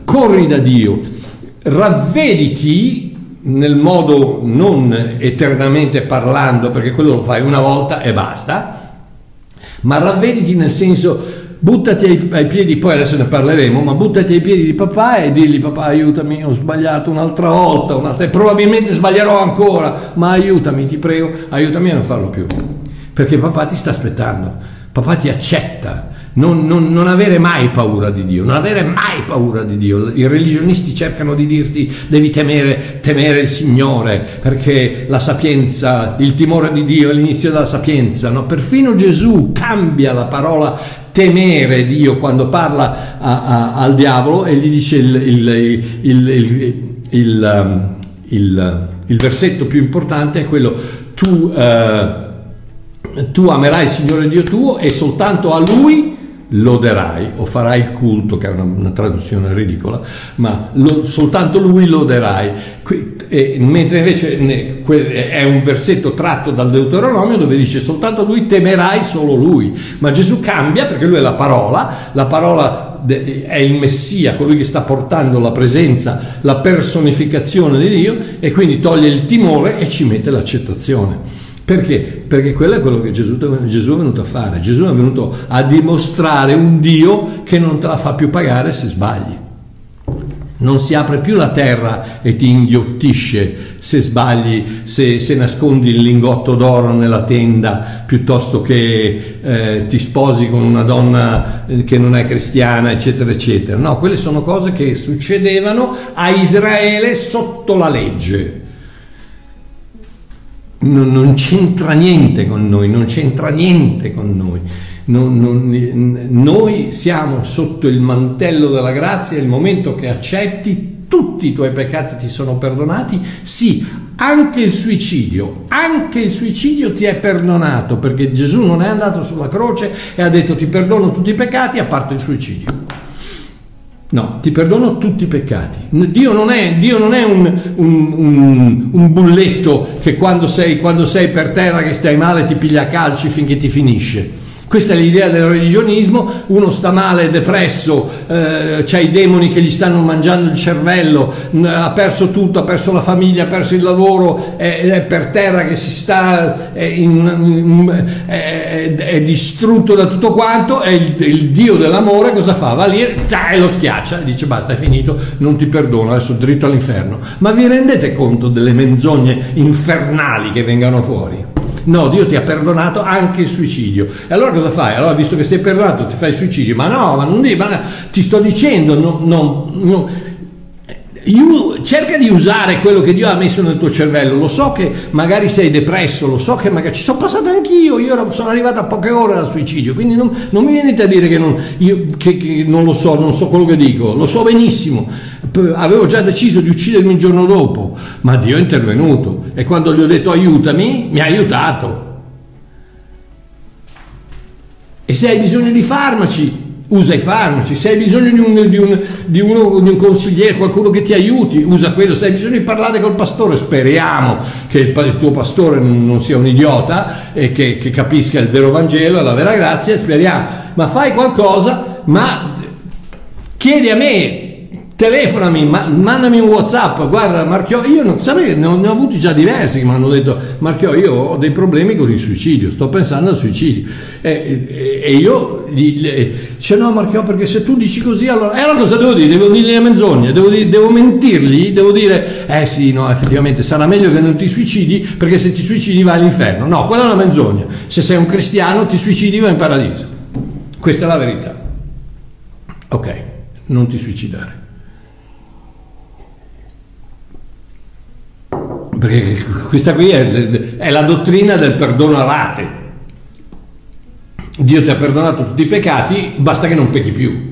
ravvediti nel modo non eternamente parlando, perché quello lo fai una volta e basta, ma ravvediti nel senso: buttati ai piedi, poi adesso ne parleremo, ma buttati ai piedi di papà e digli: papà, aiutami, ho sbagliato un'altra volta, e probabilmente sbaglierò ancora, ma aiutami, ti prego, aiutami a non farlo più, perché papà ti sta aspettando, papà ti accetta. Non avere mai paura di Dio, non avere mai paura di Dio. I religionisti cercano di dirti: devi temere il Signore, perché la sapienza, il timore di Dio è l'inizio della sapienza, no? Perfino Gesù cambia la parola temere Dio quando parla al diavolo e gli dice il versetto più importante è quello: tu amerai il Signore Dio tuo e soltanto a Lui loderai o farai il culto, che è una traduzione ridicola, ma soltanto Lui loderai. Mentre invece è un versetto tratto dal Deuteronomio dove dice: soltanto Lui, temerai solo Lui. Ma Gesù cambia, perché Lui è la parola è il Messia, colui che sta portando la presenza, la personificazione di Dio, e quindi toglie il timore e ci mette l'accettazione. Perché? Perché quello è quello che Gesù è venuto a fare. Gesù è venuto a dimostrare un Dio che non te la fa più pagare se sbagli. Non si apre più la terra e ti inghiottisce se sbagli, se nascondi il lingotto d'oro nella tenda, piuttosto che ti sposi con una donna che non è cristiana, eccetera, eccetera. No, quelle sono cose che succedevano a Israele sotto la legge. Non c'entra niente con noi, Noi siamo sotto il mantello della grazia, e il momento che accetti, tutti i tuoi peccati ti sono perdonati. Sì, anche il suicidio ti è perdonato, perché Gesù non è andato sulla croce e ha detto: ti perdono tutti i peccati a parte il suicidio. No, ti perdono tutti i peccati. Dio non è un bulletto che quando sei per terra, che stai male, ti piglia a calci finché ti finisce. Questa è l'idea del religionismo: uno sta male, è depresso, c'ha i demoni che gli stanno mangiando il cervello, ha perso tutto, ha perso la famiglia, ha perso il lavoro, è per terra che si sta, è distrutto da tutto quanto, e il Dio dell'amore cosa fa? Va lì e lo schiaccia e dice: basta, è finito, non ti perdono, adesso dritto all'inferno. Ma vi rendete conto delle menzogne infernali che vengano fuori? No, Dio ti ha perdonato anche il suicidio. E allora cosa fai? Allora, visto che sei perdonato, ti fai il suicidio? Ma no, ma non devi, ti sto dicendo, cerca di usare quello che Dio ha messo nel tuo cervello. Lo so che magari sei depresso, lo so che magari ci sono passato anch'io, sono arrivato a poche ore dal suicidio, quindi non mi venite a dire che non lo so, non so quello che dico, lo so benissimo, avevo già deciso di uccidermi il giorno dopo, ma Dio è intervenuto e quando gli ho detto aiutami, mi ha aiutato. E se hai bisogno di farmaci, usa i farmaci. Se hai bisogno di un consigliere, qualcuno che ti aiuti, usa quello. Se hai bisogno di parlare col pastore, speriamo che il tuo pastore non sia un idiota e che capisca il vero Vangelo e la vera grazia, speriamo. Ma fai qualcosa, ma chiedi a me, telefonami, mandami un WhatsApp. Guarda Marchiò, io non sapevo, ne ho avuti già diversi che mi hanno detto: Marchiò, io ho dei problemi con il suicidio, sto pensando al suicidio, e io dice: no Marchiò, perché se tu dici così, allora cosa devo dire? Devo dirgli la menzogna, devo mentirgli, devo dire sì, no, effettivamente sarà meglio che non ti suicidi, perché se ti suicidi vai all'inferno. No, quella è una menzogna. Se sei un cristiano ti suicidi, vai in paradiso. Questa è la verità. Ok, non ti suicidare, perché questa qui è la dottrina del perdono a rate. Dio ti ha perdonato tutti i peccati, basta che non pecchi più.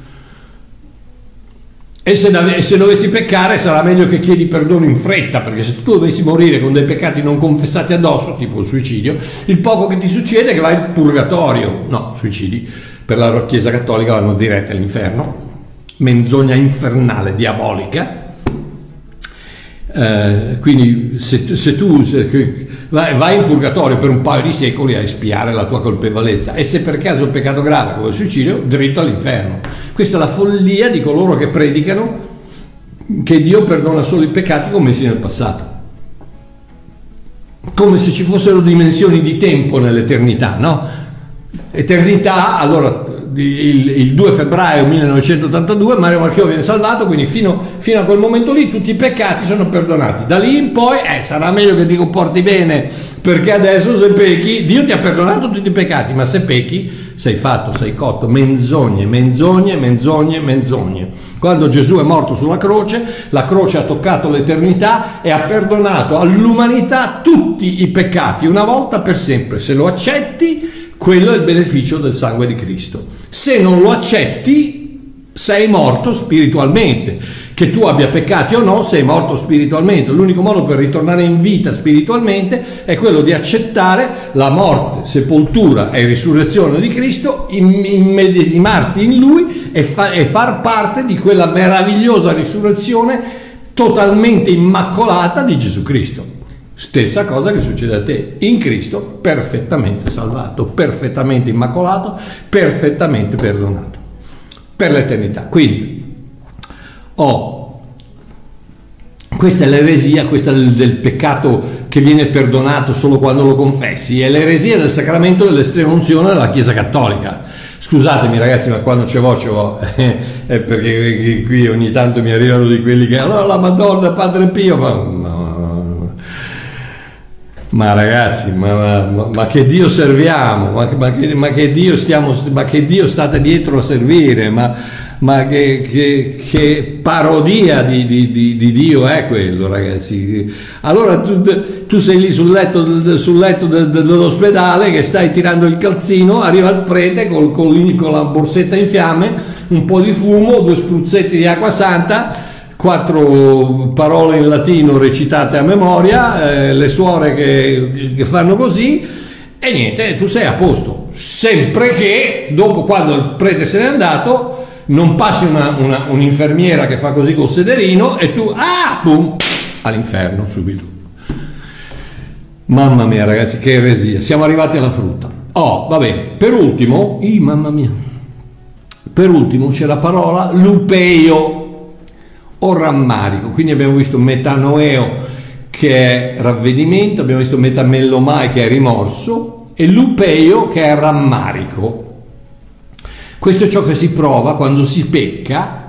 E se dovessi peccare sarà meglio che chiedi perdono in fretta, perché se tu dovessi morire con dei peccati non confessati addosso, tipo il suicidio, il poco che ti succede è che vai in purgatorio. No, suicidi per la Chiesa Cattolica vanno diretti all'inferno. Menzogna infernale, diabolica. Quindi se tu vai in purgatorio per un paio di secoli a espiare la tua colpevolezza, e se per caso è un peccato grave come il suicidio, dritto all'inferno. Questa è la follia di coloro che predicano che Dio perdona solo i peccati commessi nel passato, come se ci fossero dimensioni di tempo nell'eternità, no? Eternità, allora il 2 febbraio 1982 Mario Marchiò viene salvato, quindi fino a quel momento lì tutti i peccati sono perdonati. Da lì in poi sarà meglio che ti comporti bene, perché adesso se pecchi Dio ti ha perdonato tutti i peccati, ma se pecchi sei fatto, sei cotto. Menzogne. Quando Gesù è morto sulla croce, la croce ha toccato l'eternità e ha perdonato all'umanità tutti i peccati una volta per sempre. Se lo accetti, quello è il beneficio del sangue di Cristo. Se non lo accetti, sei morto spiritualmente. Che tu abbia peccati o no, sei morto spiritualmente. L'unico modo per ritornare in vita spiritualmente è quello di accettare la morte, sepoltura e risurrezione di Cristo, immedesimarti in Lui e far parte di quella meravigliosa risurrezione totalmente immacolata di Gesù Cristo. Stessa cosa che succede a te in Cristo, perfettamente salvato, perfettamente immacolato, perfettamente perdonato per l'eternità. Quindi questa è l'eresia, questa del peccato che viene perdonato solo quando lo confessi, è l'eresia del sacramento dell'estrema unzione della Chiesa Cattolica. Scusatemi ragazzi, ma quando c'è voce è perché qui ogni tanto mi arrivano di quelli che allora la Madonna, Padre Pio, ma ragazzi, ma che Dio serviamo, ma che Dio state dietro a servire, ma che parodia di Dio è quello, ragazzi. Allora tu sei lì sul letto dell'ospedale che stai tirando il calzino, arriva il prete con la borsetta in fiamme, un po' di fumo, 2 spruzzetti di acqua santa, 4 parole in latino recitate a memoria, le suore che fanno così, e niente, tu sei a posto. Sempre che dopo, quando il prete se n'è andato, non passi un'infermiera che fa così col sederino e tu boom, all'inferno subito. Mamma mia ragazzi, che eresia, siamo arrivati alla frutta. Va bene, per ultimo, mamma mia, per ultimo c'è la parola lupeio o rammarico. Quindi abbiamo visto metanoeo, che è ravvedimento, abbiamo visto metamellomai, che è rimorso, e lupeio, che è rammarico. Questo è ciò che si prova quando si pecca,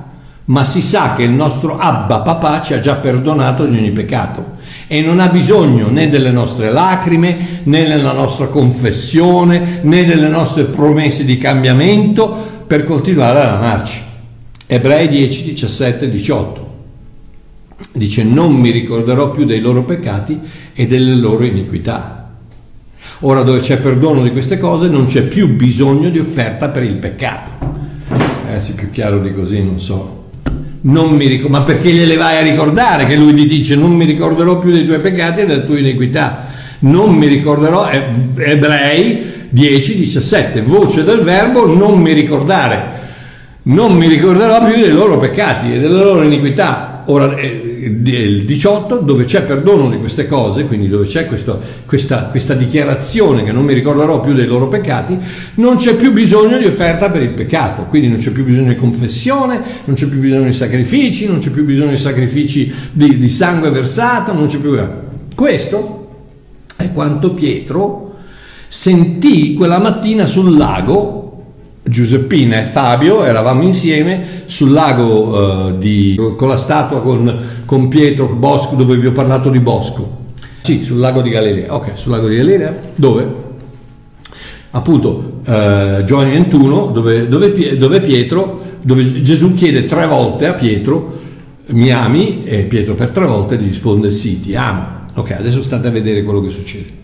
ma si sa che il nostro Abba Papà ci ha già perdonato di ogni peccato e non ha bisogno né delle nostre lacrime, né della nostra confessione, né delle nostre promesse di cambiamento per continuare ad amarci. Ebrei 10, 17, 18 dice: non mi ricorderò più dei loro peccati e delle loro iniquità. Ora, dove c'è perdono di queste cose non c'è più bisogno di offerta per il peccato. Ragazzi, più chiaro di così non so. Non mi ma perché gliele vai a ricordare che lui ti dice non mi ricorderò più dei tuoi peccati e delle tue iniquità? Non mi ricorderò, Ebrei 10, 17, voce del verbo non mi ricordare. Non mi ricorderò più dei loro peccati e delle loro iniquità. Ora, il 18, dove c'è perdono di queste cose, quindi dove c'è questa dichiarazione che non mi ricorderò più dei loro peccati, non c'è più bisogno di offerta per il peccato, quindi non c'è più bisogno di confessione, non c'è più bisogno di sacrifici, non c'è più bisogno di sacrifici di sangue versato, non c'è più. Questo è quanto Pietro sentì quella mattina sul lago. Giuseppina e Fabio eravamo insieme sul lago con la statua con Pietro Bosco, dove vi ho parlato di Bosco. Sì, sul lago di Galilea. Ok, sul lago di Galilea, dove? Appunto Giovanni 21, dove Pietro, dove Gesù chiede 3 volte a Pietro: mi ami? E Pietro per 3 volte gli risponde: sì, ti amo. Ok, adesso state a vedere quello che succede.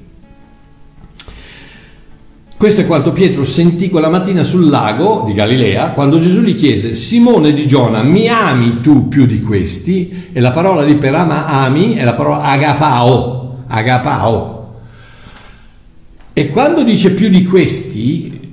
Questo è quanto Pietro sentì quella mattina sul lago di Galilea, quando Gesù gli chiese: Simone di Giona, mi ami tu più di questi? E la parola lì per ami è la parola agapao, agapao. E quando dice più di questi,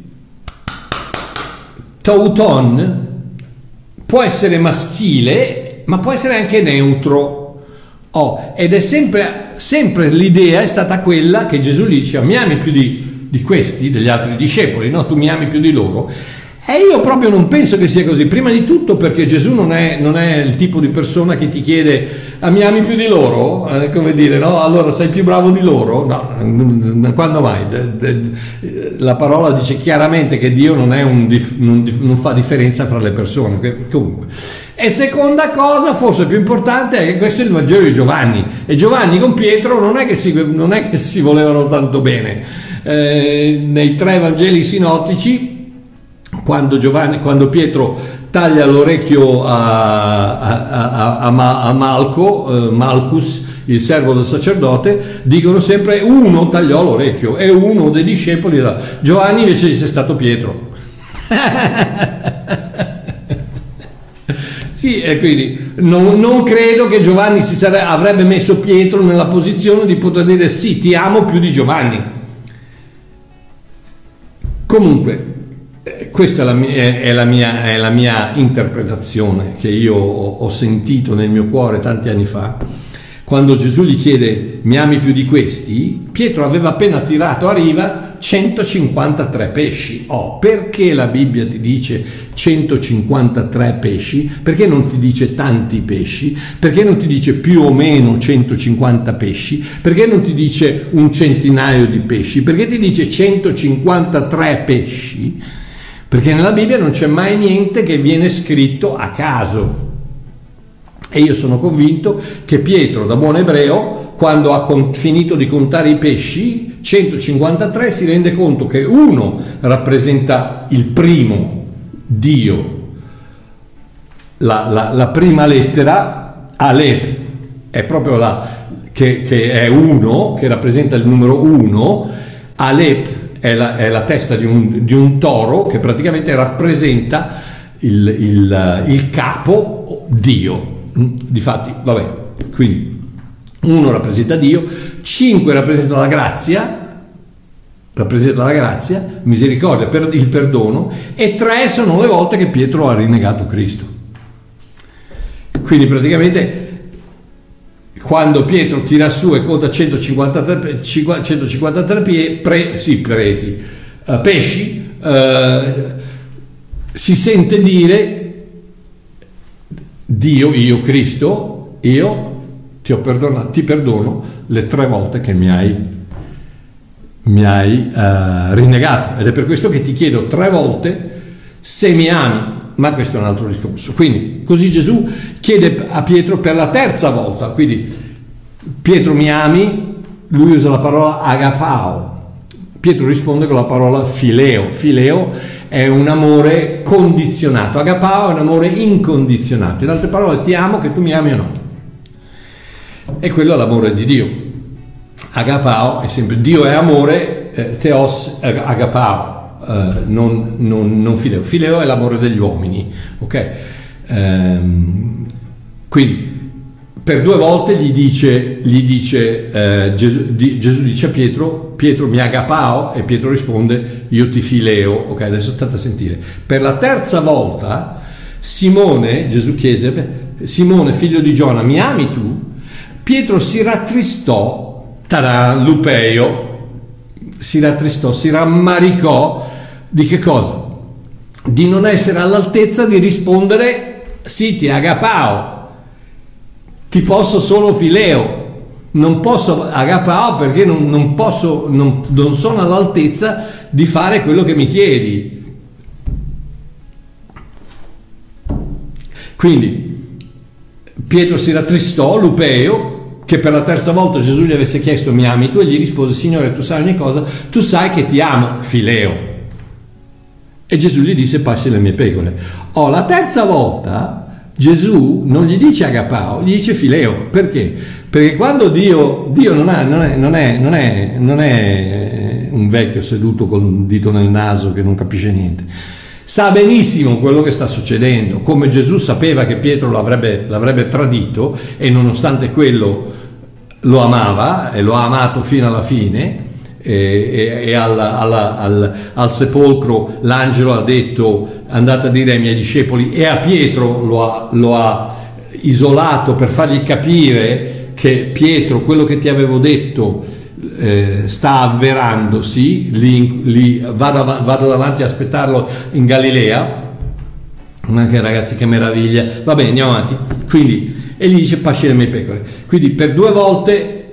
tauton può essere maschile, ma può essere anche neutro. Ed è sempre l'idea è stata quella che Gesù gli dice: mi ami più di questi, degli altri discepoli, no? Tu mi ami più di loro. E io proprio non penso che sia così. Prima di tutto perché Gesù non è il tipo di persona che ti chiede: mi ami più di loro? Come dire, no? Allora sei più bravo di loro? No, quando mai? La parola dice chiaramente che Dio non fa differenza fra le persone. Comunque. E seconda cosa, forse più importante, è che questo è il Vangelo di Giovanni. E Giovanni con Pietro non è che si volevano tanto bene. Nei 3 Vangeli sinottici, quando Pietro taglia l'orecchio a Malcus, il servo del sacerdote, dicono sempre: uno tagliò l'orecchio e uno dei discepoli era Giovanni, invece è stato Pietro. Sì, e quindi non credo che Giovanni avrebbe messo Pietro nella posizione di poter dire: sì, ti amo più di Giovanni. Comunque, questa è la mia interpretazione che io ho sentito nel mio cuore tanti anni fa. Quando Gesù gli chiede: mi ami più di questi? Pietro aveva appena tirato a riva 153 pesci. Perché la Bibbia ti dice 153 pesci? Perché non ti dice tanti pesci? Perché non ti dice più o meno 150 pesci? Perché non ti dice un centinaio di pesci? Perché ti dice 153 pesci? Perché nella Bibbia non c'è mai niente che viene scritto a caso. E io sono convinto che Pietro, da buon ebreo, quando ha finito di contare i pesci, 153, si rende conto che uno rappresenta il primo, Dio, la prima lettera, Aleph, è proprio che è uno, che rappresenta il numero 1, Aleph è la testa di un toro che praticamente rappresenta il capo, Dio. Difatti, vabbè, quindi 1 rappresenta Dio, 5 rappresenta la grazia, misericordia, il perdono, e 3 sono le volte che Pietro ha rinnegato Cristo. Quindi praticamente quando Pietro tira su e conta 153 pesci, si sente dire: Dio, io Cristo, io ti perdono le 3 volte che mi hai rinnegato, ed è per questo che ti chiedo 3 volte: se mi ami, ma questo è un altro discorso. Quindi così Gesù chiede a Pietro per la terza volta, quindi Pietro mi ami, lui usa la parola agapao, Pietro risponde con la parola fileo. Fileo è un amore condizionato, agapao è un amore incondizionato, in altre parole ti amo che tu mi ami o no, e quello è l'amore di Dio. Agapao è sempre Dio è amore, theos agapao, non fileo. Fileo è l'amore degli uomini, ok? Quindi per due volte gli dice Gesù dice a Pietro mi agapao, e Pietro risponde io ti fileo. Ok, adesso state a sentire. Per la terza volta Simone, Gesù chiese, Simone figlio di Giona, mi ami tu? Pietro si rattristò, lupeo, si rattristò, si rammaricò di che cosa? Di non essere all'altezza di rispondere sì, ti agapao, ti posso solo fileo, non posso agapao perché non sono all'altezza di fare quello che mi chiedi. Quindi Pietro si rattristò, lupeo, che per la terza volta Gesù gli avesse chiesto mi ami tu, e gli rispose Signore tu sai ogni cosa, tu sai che ti amo, fileo. E Gesù gli disse pasci le mie pecore. La terza volta Gesù non gli dice agapao, gli dice fileo. Perché? Perché quando Dio non è un vecchio seduto con un dito nel naso che non capisce niente, sa benissimo quello che sta succedendo, come Gesù sapeva che Pietro l'avrebbe tradito, e nonostante quello lo amava e lo ha amato fino alla fine. E al sepolcro l'angelo ha detto andate a dire ai miei discepoli, e a Pietro lo ha isolato per fargli capire che Pietro, quello che ti avevo detto sta avverandosi, vado davanti a aspettarlo in Galilea. Ma che ragazzi, che meraviglia. Va bene, andiamo avanti. Quindi, e gli dice pasci le mie pecore. Quindi per due volte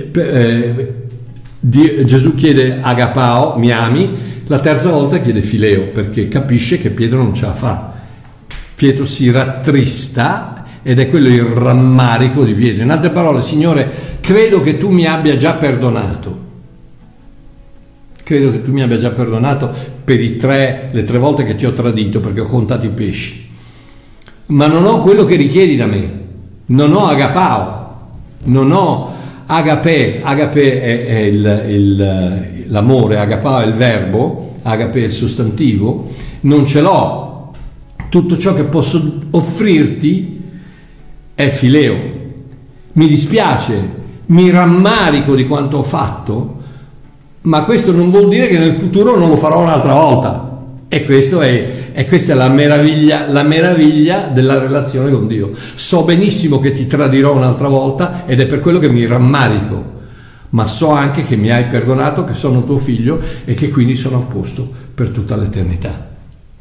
Gesù chiede agapao, mi ami, la terza volta chiede fileo, perché capisce che Pietro non ce la fa. Pietro si rattrista, ed è quello il rammarico di Pietro. In altre parole, Signore, credo che tu mi abbia già perdonato. Credo che tu mi abbia già perdonato per le tre volte che ti ho tradito, perché ho contato i pesci. Ma non ho quello che richiedi da me. Non ho agapao, non ho agape è l'amore, agapao è il verbo, agape è il sostantivo, non ce l'ho. Tutto ciò che posso offrirti è fileo. Mi dispiace, mi rammarico di quanto ho fatto, ma questo non vuol dire che nel futuro non lo farò un'altra volta. E questa è la meraviglia della relazione con Dio. So benissimo che ti tradirò un'altra volta, ed è per quello che mi rammarico, ma so anche che mi hai perdonato, che sono tuo figlio e che quindi sono a posto per tutta l'eternità.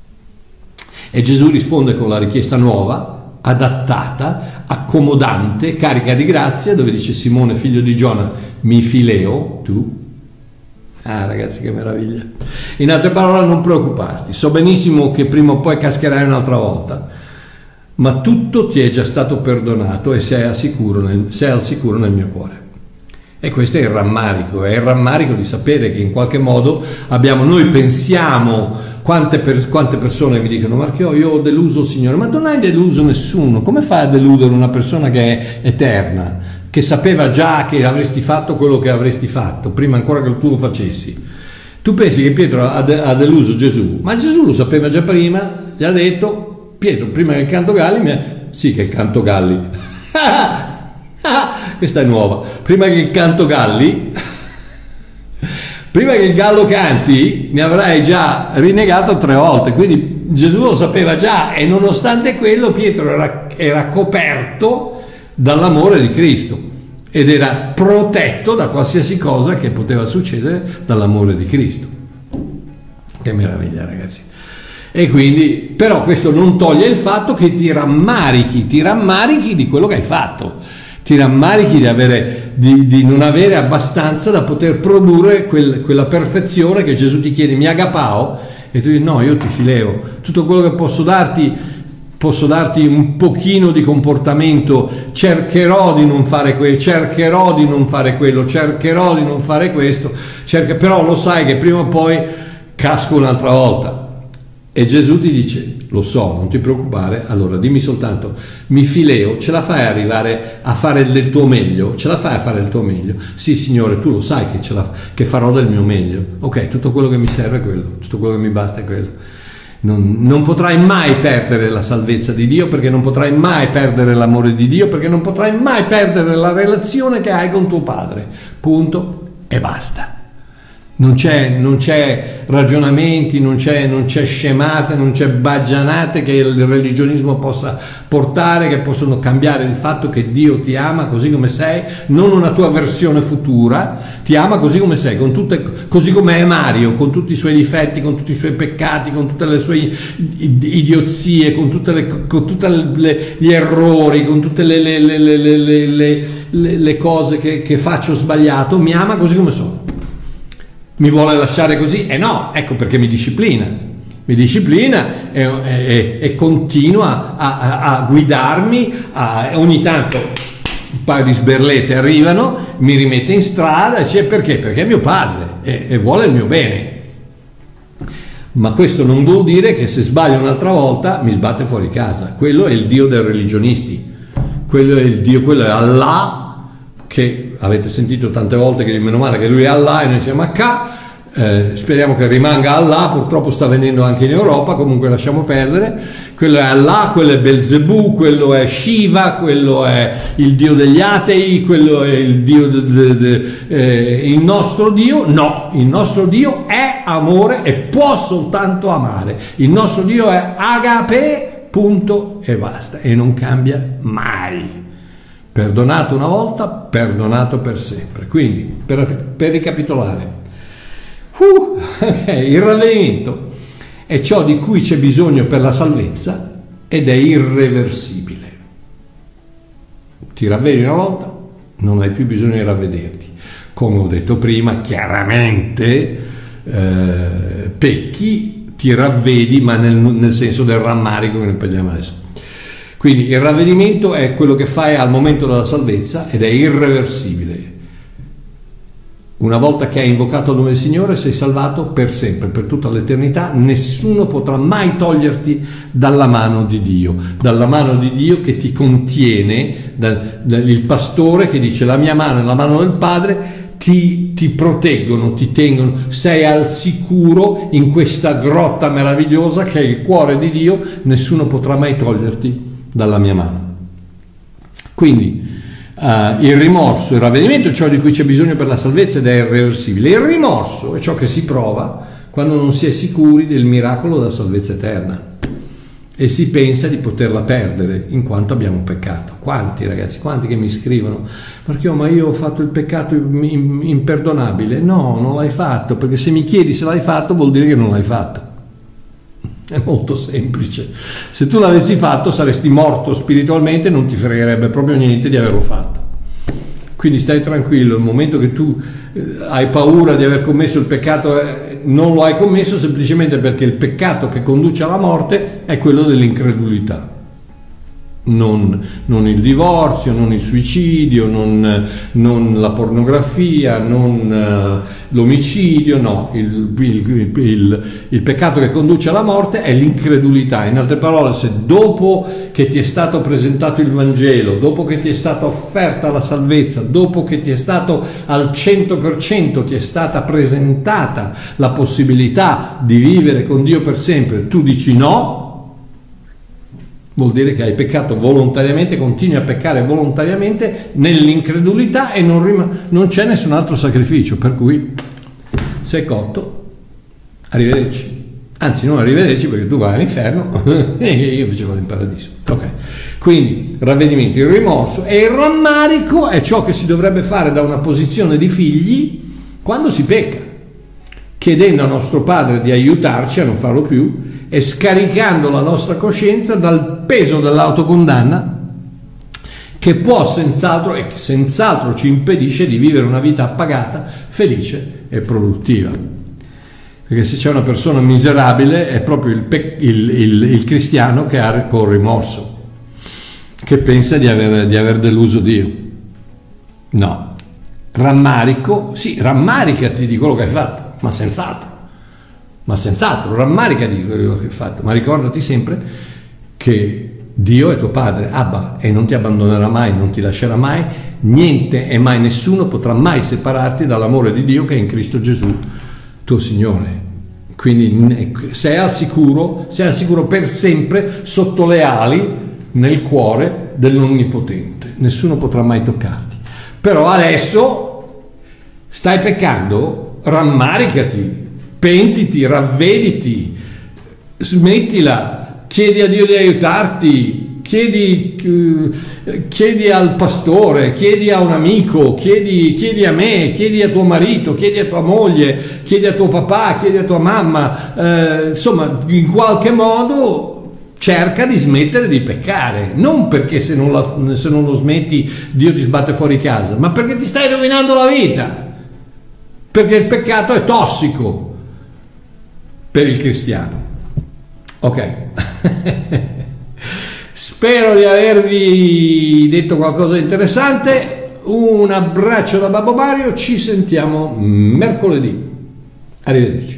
E Gesù risponde con la richiesta nuova, adattata, accomodante, carica di grazia, dove dice Simone figlio di Giona, mi fileo tu. Ah ragazzi, che meraviglia. In altre parole, non preoccuparti, so benissimo che prima o poi cascherai un'altra volta, ma tutto ti è già stato perdonato e sei al sicuro nel mio cuore. E questo è il rammarico di sapere che in qualche modo noi pensiamo, quante persone mi dicono Marchio, io ho deluso il Signore, ma non hai deluso nessuno. Come fai a deludere una persona che è eterna, che sapeva già che avresti fatto quello che avresti fatto prima ancora che tu lo facessi? Tu pensi che Pietro ha deluso Gesù, ma Gesù lo sapeva già prima, gli ha detto Pietro, prima che il canto galli sì che il canto galli questa è nuova, prima che il gallo canti mi avrai già rinnegato 3 volte. Quindi Gesù lo sapeva già, e nonostante quello Pietro era coperto dall'amore di Cristo ed era protetto da qualsiasi cosa che poteva succedere dall'amore di Cristo. Che meraviglia ragazzi. E quindi, però questo non toglie il fatto che ti rammarichi di quello che hai fatto, ti rammarichi di non avere abbastanza da poter produrre quella perfezione che Gesù ti chiede, mi agapao, E tu dici no, io ti fileo, tutto quello che posso darti un pochino di comportamento, cercherò di non fare cercherò di non fare quello, cercherò di non fare questo, però lo sai che prima o poi casco un'altra volta. E Gesù ti dice, lo so, non ti preoccupare, allora dimmi soltanto, mi fileo, ce la fai arrivare a fare del tuo meglio? Ce la fai a fare il tuo meglio? Sì, Signore, tu lo sai che farò del mio meglio. Ok, tutto quello che mi serve è quello, tutto quello che mi basta è quello. Non potrai mai perdere la salvezza di Dio, perché non potrai mai perdere l'amore di Dio, perché non potrai mai perdere la relazione che hai con tuo Padre. Punto e basta. Non c'è ragionamenti, non c'è scemate, non c'è baggianate che il religionismo possa portare, che possono cambiare il fatto che Dio ti ama così come sei, non una tua versione futura, ti ama così come sei, così come è Mario, con tutti i suoi difetti, con tutti i suoi peccati, con tutte le sue idiozie, con tutti gli errori, con tutte le cose che faccio sbagliato, mi ama così come sono. Mi vuole lasciare così? No, ecco perché mi disciplina e continua a guidarmi, ogni tanto un paio di sberlette arrivano, mi rimette in strada, perché? Perché è mio padre e vuole il mio bene. Ma questo non vuol dire che se sbaglio un'altra volta mi sbatte fuori casa. Quello è il Dio dei religionisti, quello è Allah, che avete sentito tante volte che meno male che lui è Allah e noi siamo H, speriamo che rimanga Allah, purtroppo sta venendo anche in Europa, comunque lasciamo perdere. Quello è Allah, quello è Belzebù, quello è Shiva, quello è il Dio degli atei, quello è il Dio il nostro Dio no, il nostro Dio è amore e può soltanto amare. Il nostro Dio è agape, punto e basta, e non cambia mai. Perdonato una volta, perdonato per sempre. Quindi, per ricapitolare, il ravvedimento è ciò di cui c'è bisogno per la salvezza ed è irreversibile. Ti ravvedi una volta, non hai più bisogno di ravvederti. Come ho detto prima, chiaramente pecchi, ti ravvedi, ma nel senso del rammarico che ne parliamo adesso. Quindi il ravvedimento è quello che fai al momento della salvezza ed è irreversibile. Una volta che hai invocato il nome del Signore sei salvato per sempre, per tutta l'eternità. Nessuno potrà mai toglierti dalla mano di Dio che ti contiene, il pastore che dice la mia mano è la mano del Padre, ti proteggono, ti tengono, sei al sicuro in questa grotta meravigliosa che è il cuore di Dio, nessuno potrà mai toglierti dalla mia mano. Quindi il rimorso, il ravvedimento è ciò di cui c'è bisogno per la salvezza ed è irreversibile. Il rimorso è ciò che si prova quando non si è sicuri del miracolo della salvezza eterna e si pensa di poterla perdere in quanto abbiamo peccato. Quanti ragazzi, quanti che mi scrivono perché ma io ho fatto il peccato imperdonabile. No, non l'hai fatto, perché se mi chiedi se l'hai fatto vuol dire che non l'hai fatto. È molto semplice. Se tu l'avessi fatto saresti morto spiritualmente, non ti fregherebbe proprio niente di averlo fatto. Quindi stai tranquillo, il momento che tu hai paura di aver commesso il peccato, non lo hai commesso semplicemente perché il peccato che conduce alla morte è quello dell'incredulità. Non il divorzio, non il suicidio, non la pornografia, non l'omicidio, no, il peccato che conduce alla morte è l'incredulità. In altre parole, se dopo che ti è stato presentato il Vangelo, dopo che ti è stata offerta la salvezza, dopo che ti è stato al 100% ti è stata presentata la possibilità di vivere con Dio per sempre, tu dici no, vuol dire che hai peccato volontariamente, continui a peccare volontariamente nell'incredulità e non c'è nessun altro sacrificio, per cui sei cotto, arrivederci. Anzi, non arrivederci perché tu vai all'inferno e io invece vado in paradiso. Ok. Quindi ravvedimento, il rimorso e il rammarico è ciò che si dovrebbe fare da una posizione di figli quando si pecca, chiedendo a nostro Padre di aiutarci a non farlo più e scaricando la nostra coscienza dal peso dell'autocondanna che può senz'altro ci impedisce di vivere una vita appagata, felice e produttiva. Perché se c'è una persona miserabile è proprio il cristiano che ha col rimorso, che pensa di aver deluso Dio. No, rammarico, sì, rammaricati di quello che hai fatto, ma senz'altro, rammaricati di quello che hai fatto, ma ricordati sempre che Dio è tuo padre, Abba, e non ti abbandonerà mai, non ti lascerà mai, niente e mai nessuno potrà mai separarti dall'amore di Dio che è in Cristo Gesù, tuo Signore. Quindi sei al sicuro per sempre sotto le ali, nel cuore dell'Onnipotente. Nessuno potrà mai toccarti. Però adesso stai peccando, rammaricati, pentiti, ravvediti, smettila, chiedi a Dio di aiutarti. Chiedi al pastore, chiedi a un amico, chiedi a me, chiedi a tuo marito, chiedi a tua moglie, chiedi a tuo papà, chiedi a tua mamma, insomma, in qualche modo cerca di smettere di peccare, non perché se non lo smetti Dio ti sbatte fuori casa, ma perché ti stai rovinando la vita, perché il peccato è tossico per il cristiano. Ok. Spero di avervi detto qualcosa di interessante. Un abbraccio da Babbo Mario, ci sentiamo mercoledì. Arrivederci.